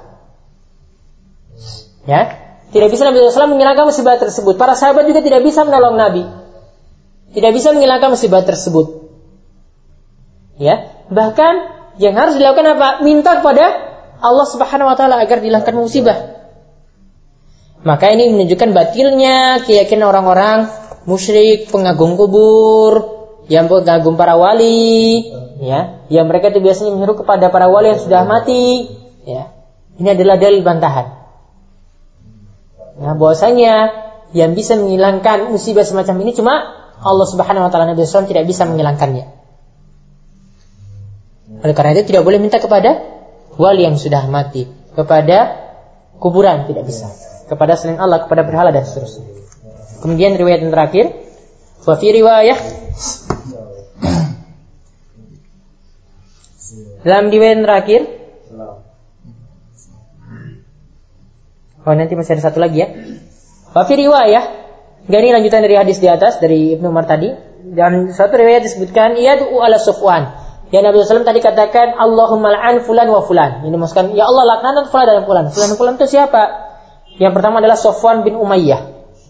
Ya, tidak bisa Nabi sallallahu alaihi wasallam menghilangkan musibah tersebut. Para sahabat juga tidak bisa menolong Nabi. Tidak bisa menghilangkan musibah tersebut. Ya, bahkan yang harus dilakukan apa? Minta kepada Allah Subhanahu wa taala agar dihilangkan musibah. Maka ini menunjukkan batilnya keyakinan orang-orang musyrik, pengagum kubur, yang pengagum para wali, ya, yang mereka itu biasanya menyeru kepada para wali yang sudah mati, ya. Ini adalah dalil bantahan. Nah, bahwasanya yang bisa menghilangkan musibah semacam ini cuma Allah Subhanahu wa taala, Nabi sallallahu alaihi wasallam tidak bisa menghilangkannya. Oleh karena itu tidak boleh minta kepada wali yang sudah mati, kepada kuburan tidak bisa, kepada selain Allah, kepada berhala dan seterusnya. Kemudian riwayat yang terakhir, wa fi riwayah, dalam riwayat yang terakhir, oh nanti masih ada satu lagi ya. Wa fi riwayah, Enggak, ini lanjutan dari hadis di atas dari Ibnu Umar tadi. Dan suatu riwayat disebutkan yad'u ala Safwan. Ya Nabi sallallahu alaihi wasallam tadi katakan Allahumma la'an fulan wa fulan. Ini maksudkan ya Allah laknat fulan dan fulan. Fulan dan fulan itu siapa? Yang pertama adalah Safwan bin Umayyah.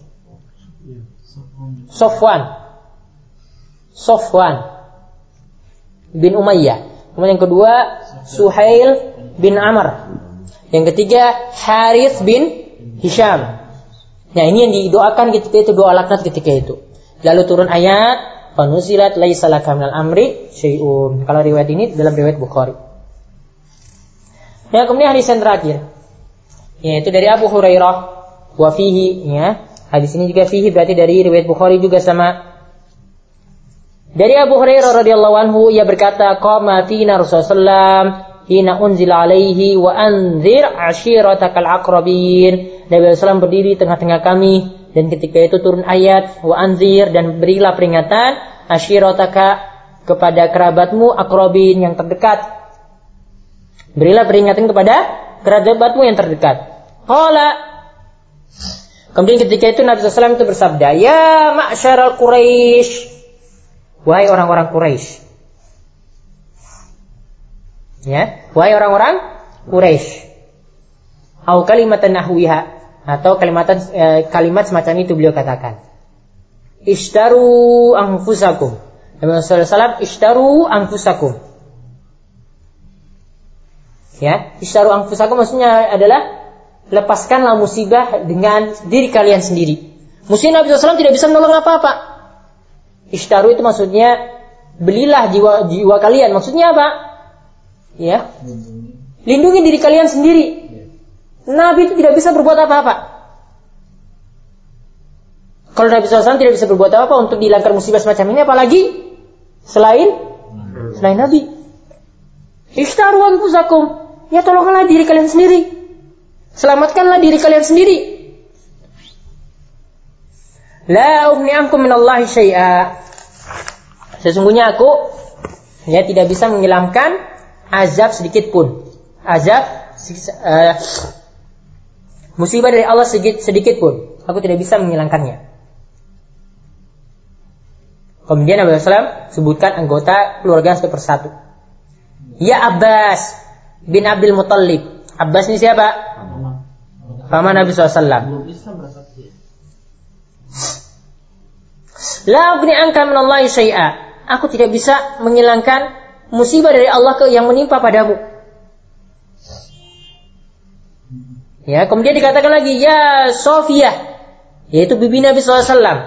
Safwan. Safwan bin Umayyah. Kemudian yang kedua Suhail bin Amr. Yang ketiga Harith bin Hisham. Nah, ini yang didoakan ketika itu, doa laknat ketika itu. Lalu turun ayat, "Fanuzilat laisa laka minal amri syai'un." Kalau riwayat ini dalam riwayat Bukhari. Nah, kemudian hadis yang terakhir, yaitu dari Abu Hurairah, wa fihi, ya. Hadis ini juga fihi berarti dari riwayat Bukhari juga sama. Dari Abu Hurairah radhiyallahu anhu, ia berkata, "Qama fina Rasulullah sallallahu alaihi wasallam hina unzila alaihi wa anzir ashiratakal aqrabin." Nabi sallallahu alaihi wasallam berdiri tengah-tengah kami dan ketika itu turun ayat wa anzir, dan berilah peringatan ashirataka kepada kerabatmu aqrabin yang terdekat. Berilah peringatan kepada kerabatmu yang terdekat. Qala, kemudian ketika itu Nabi sallallahu alaihi wasallam itu bersabda, "Ya ma'syaral Quraisy," wahai orang-orang Quraisy. Ya, wahai orang-orang Quraisy. Au kalimatan nahwiha, atau kalimat eh, kalimat semacam itu beliau katakan. Ishtaru anfusakum. Nabi sallallahu alaihi wasallam ishtaru anfusakum. Ya, ishtaru anfusakum maksudnya adalah lepaskanlah musibah dengan diri kalian sendiri. Musibah Nabi sallallahu alaihi wasallam tidak bisa menolong apa-apa. Ishtaru itu maksudnya belilah jiwa jiwa kalian. Maksudnya apa? Ya. Lindungi diri kalian sendiri. Nabi itu tidak bisa berbuat apa-apa. Kalau Nabi sallallahu alaihi wasallam tidak bisa berbuat apa-apa untuk dihilangkan musibah semacam ini, apalagi selain selain Nabi. Ishtaru anfusakum. Ya, tolonglah diri kalian sendiri. Selamatkanlah diri kalian sendiri. La ughni ankum minallahi syai'a. Sesungguhnya aku ya tidak bisa menghilangkan azab sedikit pun. Azab uh, musibah dari Allah sedikit, sedikit pun. Aku tidak bisa menghilangkannya. Kemudian Nabi sallallahu alaihi wasallam sebutkan anggota keluarga satu persatu. Ya Abbas bin Abdul Muttalib. Abbas ini siapa? Paman Nabi sallallahu alaihi wasallam. La ughni anka minallahi syai'a. Aku tidak bisa menghilangkan musibah dari Allah yang menimpa padamu. Ya, kemudian dikatakan lagi ya Sofiyah, yaitu bibi Nabi sallallahu alaihi wasallam.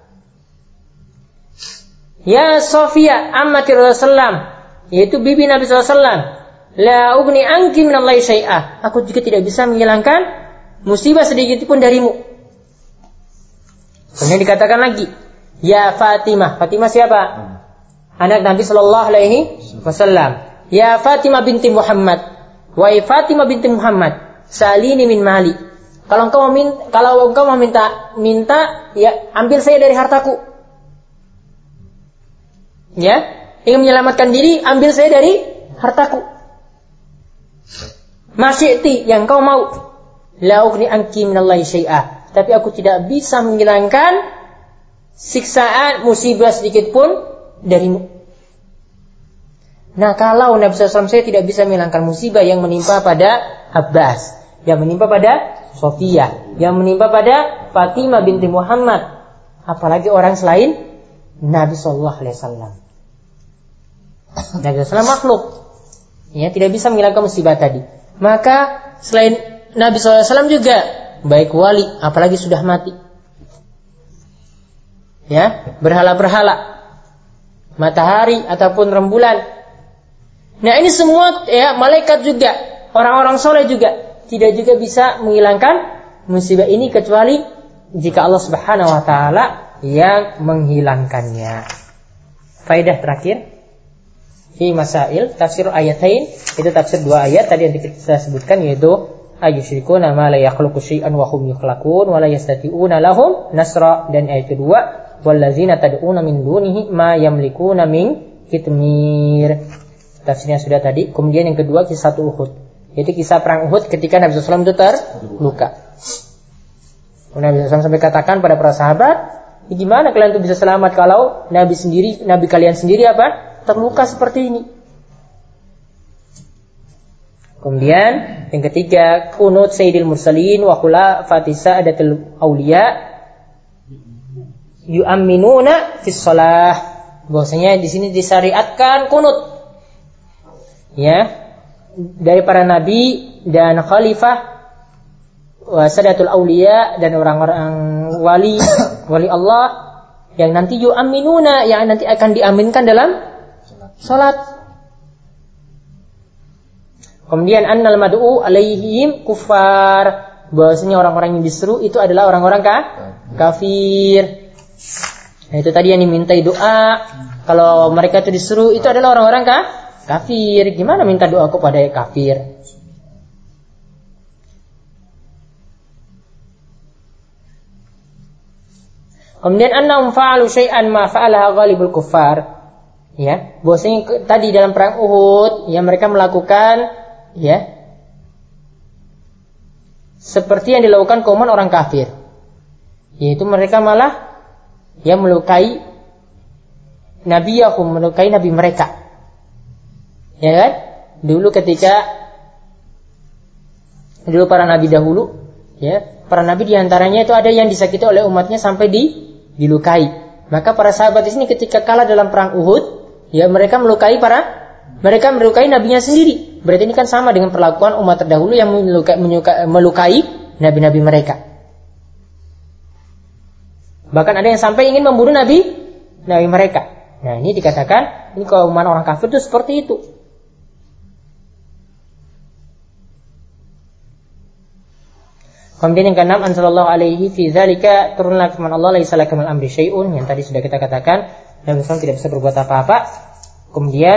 Ya Sofiyah ammati Rasulullah, yaitu bibi Nabi sallallahu alaihi wasallam. La ughni anki minallahi syai'a. Aku juga tidak bisa menghilangkan musibah sedikit pun darimu. Kemudian dikatakan lagi ya Fatimah. Fatimah siapa? Anak Nabi sallallahu alaihi wasallam. Ya Fatimah binti Muhammad. Wahai Fatimah binti Muhammad, salini min mali. Kalau engkau meminta, kalau engkau meminta minta, ya ambil saya dari hartaku. Ya, ingin menyelamatkan diri, ambil saya dari hartaku. Masyiti, yang kau mau. La ughni anki minallahi syai'a. Tapi aku tidak bisa menghilangkan siksaan musibah sedikit pun darimu. Nah, kalau Nabi sallallahu alaihi wasallam saya tidak bisa menghilangkan musibah yang menimpa pada Abbas, yang menimpa pada Sofiyah, yang menimpa pada Fatimah binti Muhammad, apalagi orang selain Nabi sallallahu alaihi wasallam. Nabi sallallahu alaihi wasallam makhluk, ya tidak bisa menghilangkan musibah tadi. Maka selain Nabi sallallahu alaihi wasallam juga baik wali, apalagi sudah mati. Ya, berhala-berhala, matahari ataupun rembulan. Nah, ini semua ya malaikat juga, orang-orang soleh juga tidak juga bisa menghilangkan musibah ini kecuali jika Allah Subhanahu wa taala yang menghilangkannya. Faedah terakhir fi masail tafsir ayatain, itu tafsir dua ayat tadi yang kita sebutkan, yaitu ayyusyrikuna ma la yakhluqu syai'an wa hum yukhlaqun wa la yastati'una lahum nasra, dan ayat kedua wallazina tad'una min dunihi ma yamlikuna min kitmir. Tafsirnya sudah tadi. Kemudian yang kedua kisah Uhud, yaitu kisah perang Uhud ketika Nabi sallallahu alaihi wasallam itu terluka. Nabi shallallahu alaihi wasallam sampai katakan pada para sahabat, gimana kalian tuh bisa selamat kalau Nabi sendiri, Nabi kalian sendiri apa? Terluka seperti ini. Kemudian yang ketiga, kunut Sayyidil Mursalin wa khulafati sa'adatul auliya yu'amminuna fis shalah. Bahwasanya di sini disyariatkan kunut. Ya, dari para nabi dan khalifah wasadatul auliya dan orang-orang wali wali Allah yang nanti yu'amminuna, yang nanti akan diaminkan dalam salat. Kemudian annal mad'u alaihim kufar, bahwasanya orang-orang yang diseru itu adalah orang-orang ka? kafir. Nah, itu tadi yang dimintai doa. Kalau mereka itu disuruh itu adalah orang-orang ka? kafir. Gimana minta doa kepada kafir? Kemudian annahum fa'alu syai'an ma fa'alaha ghalibul kuffar. Ya, bahwasanya tadi dalam perang Uhud, ya mereka melakukan ya seperti yang dilakukan kaum orang kafir. Yaitu mereka malah ya melukai nabiyahum, melukai nabi mereka. Ya kan? Dulu ketika dulu para nabi dahulu, ya, para nabi diantaranya itu ada yang disakiti oleh umatnya sampai di dilukai. Maka para sahabat di sini ketika kalah dalam perang Uhud, ya mereka melukai para mereka melukai nabinya sendiri. Berarti ini kan sama dengan perlakuan umat terdahulu yang melukai, menyuka, melukai nabi-nabi mereka. Bahkan ada yang sampai ingin membunuh nabi nabi mereka. Nah, ini dikatakan ini kaum orang kafir itu seperti itu. Kemudian yang keenam, anzalallahu alaihi fi dzalika, turunlah firman Allah, laisa laka minal amri syai'un, yang tadi sudah kita katakan, Nabi sallallahu alaihi wasallam tidak bisa berbuat apa-apa. Kemudian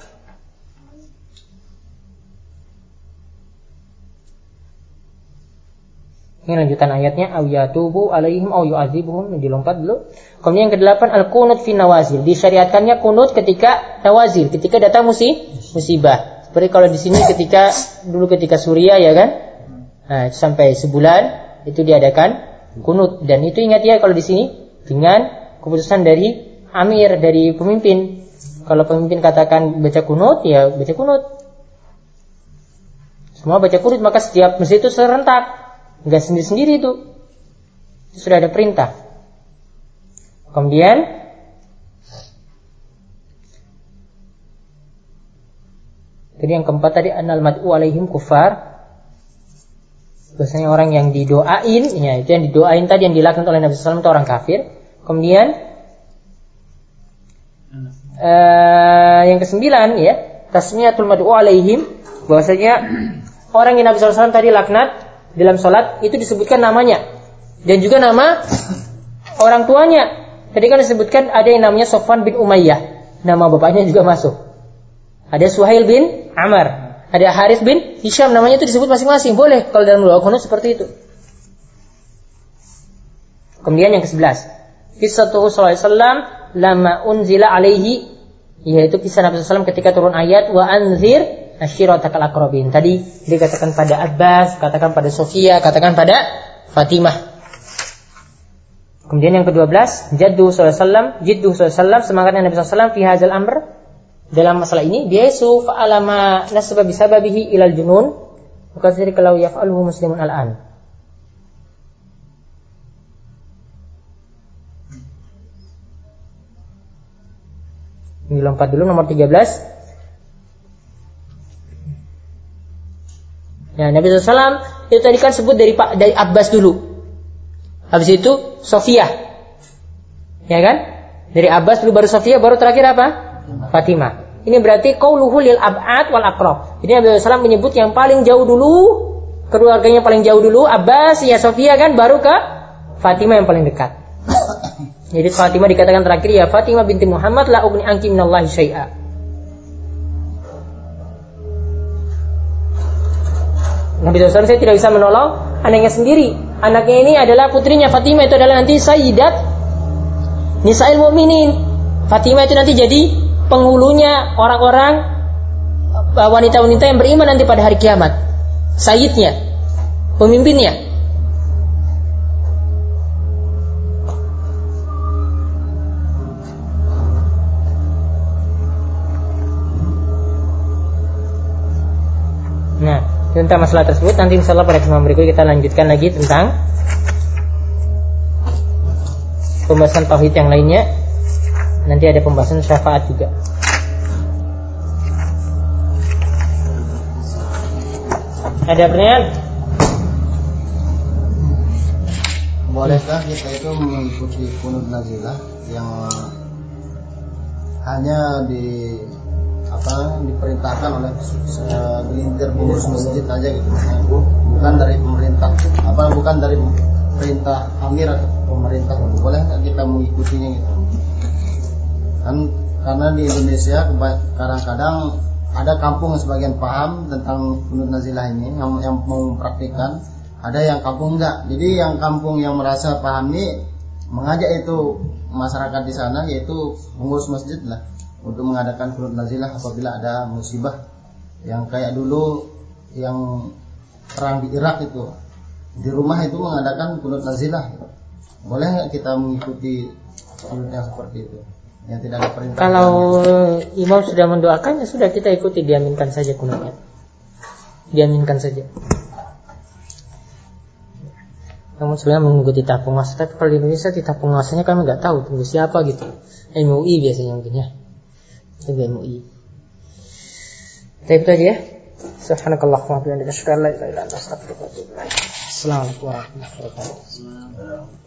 ini lanjutan ayatnya, aw yatubu alaihim aw yu'adzibuhum, dilompat dulu. Kemudian yang kedelapan, al-qunut fi nawazil, disyariatkannya kunut ketika nawazil, ketika datang musibah. Seperti kalau di sini ketika dulu ketika Suriah, ya kan? Nah, sampai sebulan itu diadakan kunut, dan itu ingat ya kalau di sini dengan keputusan dari amir, dari pemimpin. Kalau pemimpin katakan baca kunut, ya baca kunut. Semua baca kunut, maka setiap masjid itu serentak, enggak sendiri-sendiri itu. Itu sudah ada perintah. Kemudian jadi yang keempat tadi, annal mad'u alaihim kufar, biasanya orang yang didoain, ya itu yang didoain tadi yang dilaknat oleh Nabi sallallahu alaihi wasallam itu orang kafir. Kemudian uh, yang kesembilan ya, tasmiyatul mad'u alaihim, bahwasanya orang yang Nabi sallallahu alaihi wasallam tadi laknat dalam salat itu disebutkan namanya dan juga nama orang tuanya. Tadi kan disebutkan ada yang namanya Sofwan bin Umayyah, nama bapaknya juga masuk. Ada Suhail bin Amr, ada Harith bin Hisham, namanya itu disebut masing-masing. Boleh kalau dalam doa kunut seperti itu. Kemudian yang kesebelas, kisatuhu sallallahu alaihi wasallam lama unzila alaihi, yaitu kisah Nabi sallallahu alaihi wasallam ketika turun ayat wa anzir ashiratakal aqrabin. Tadi dikatakan pada Abbas, katakan pada Sofia, katakan pada Fatimah. Kemudian yang kedua belas, jaddu sallallahu alaihi wasallam, jiddu sallallahu alaihi wasallam, semangatnya Nabi sallallahu alaihi wasallam fi hadzal amr, dalam masalah ini, biasu fa'alama nasaba bisababihi ilal junun, maka sendiri kalau yaf'aluhu muslimun al-an. Ini lompat dulu nomor tiga belas. Ya, Nabi sallallahu alaihi wasallam itu tadi kan sebut dari Pak dari Abbas dulu. Habis itu Sofia. Ya kan? Dari Abbas dulu baru Sofia, baru terakhir apa? Fatimah. Ini berarti qauluhu lil ab'ad wal aqrab. Jadi Nabi sallallahu alaihi wasallam menyebut yang paling jauh dulu, keluarganya paling jauh dulu, Abbas, ya Sofia kan, baru ke Fatimah yang paling dekat. Jadi Fatimah dikatakan terakhir, ya Fatimah binti Muhammad la ugni anki minallahi syai'a. Nabi sallallahu alaihi wasallam, saya tidak bisa menolong anaknya sendiri. Anaknya ini adalah putrinya Fatimah, itu adalah nanti sayyidat nisa'il mu'minin. Fatimah itu nanti jadi penghulunya orang-orang wanita-wanita yang beriman nanti pada hari kiamat. Sayyidnya, pemimpinnya. tentang masalah tersebut. Nanti insyaallah pada kesempatan berikut kita lanjutkan lagi tentang pembahasan tauhid yang lainnya. Nanti ada pembahasan syafaat juga. Ada pertanyaan? Bolehkah kita itu mengikuti kunut nazilah yang hanya di apa diperintahkan oleh segelintir pengurus masjid aja gitu, bukan dari pemerintah, apa bukan dari perintah amir atau pemerintah? Boleh nggak kita mengikutinya gitu? Kan karena di Indonesia kadang-kadang ada kampung yang sebagian paham tentang kunut nazilah ini, yang, yang mau mempraktikkan, ada yang kampung enggak. Jadi yang kampung yang merasa paham ini mengajak itu masyarakat di sana, yaitu pengurus masjid lah, untuk mengadakan kunut nazilah apabila ada musibah. Yang kayak dulu yang perang di Irak itu, di rumah itu mengadakan kunut nazilah. Boleh nggak kita mengikuti kunut yang seperti itu, yang tidak ada perintah? Kalau imam sudah mendoakan, ya sudah, kita ikuti, diaminkan saja kunutnya, diaminkan saja. Kamu sebenarnya mengikuti tahap penguasa, tapi kalau di Indonesia di tahap penguasanya kami nggak tahu tunggu siapa gitu. M U I biasanya mungkin ya, itu M U I. Tapi itu aja ya. Subhanakallahumma wa bihamdika asyhadu an la ilaha illa anta astaghfiruka wa atubu ilaik. Assalamualaikum warahmatullahi wabarakatuh.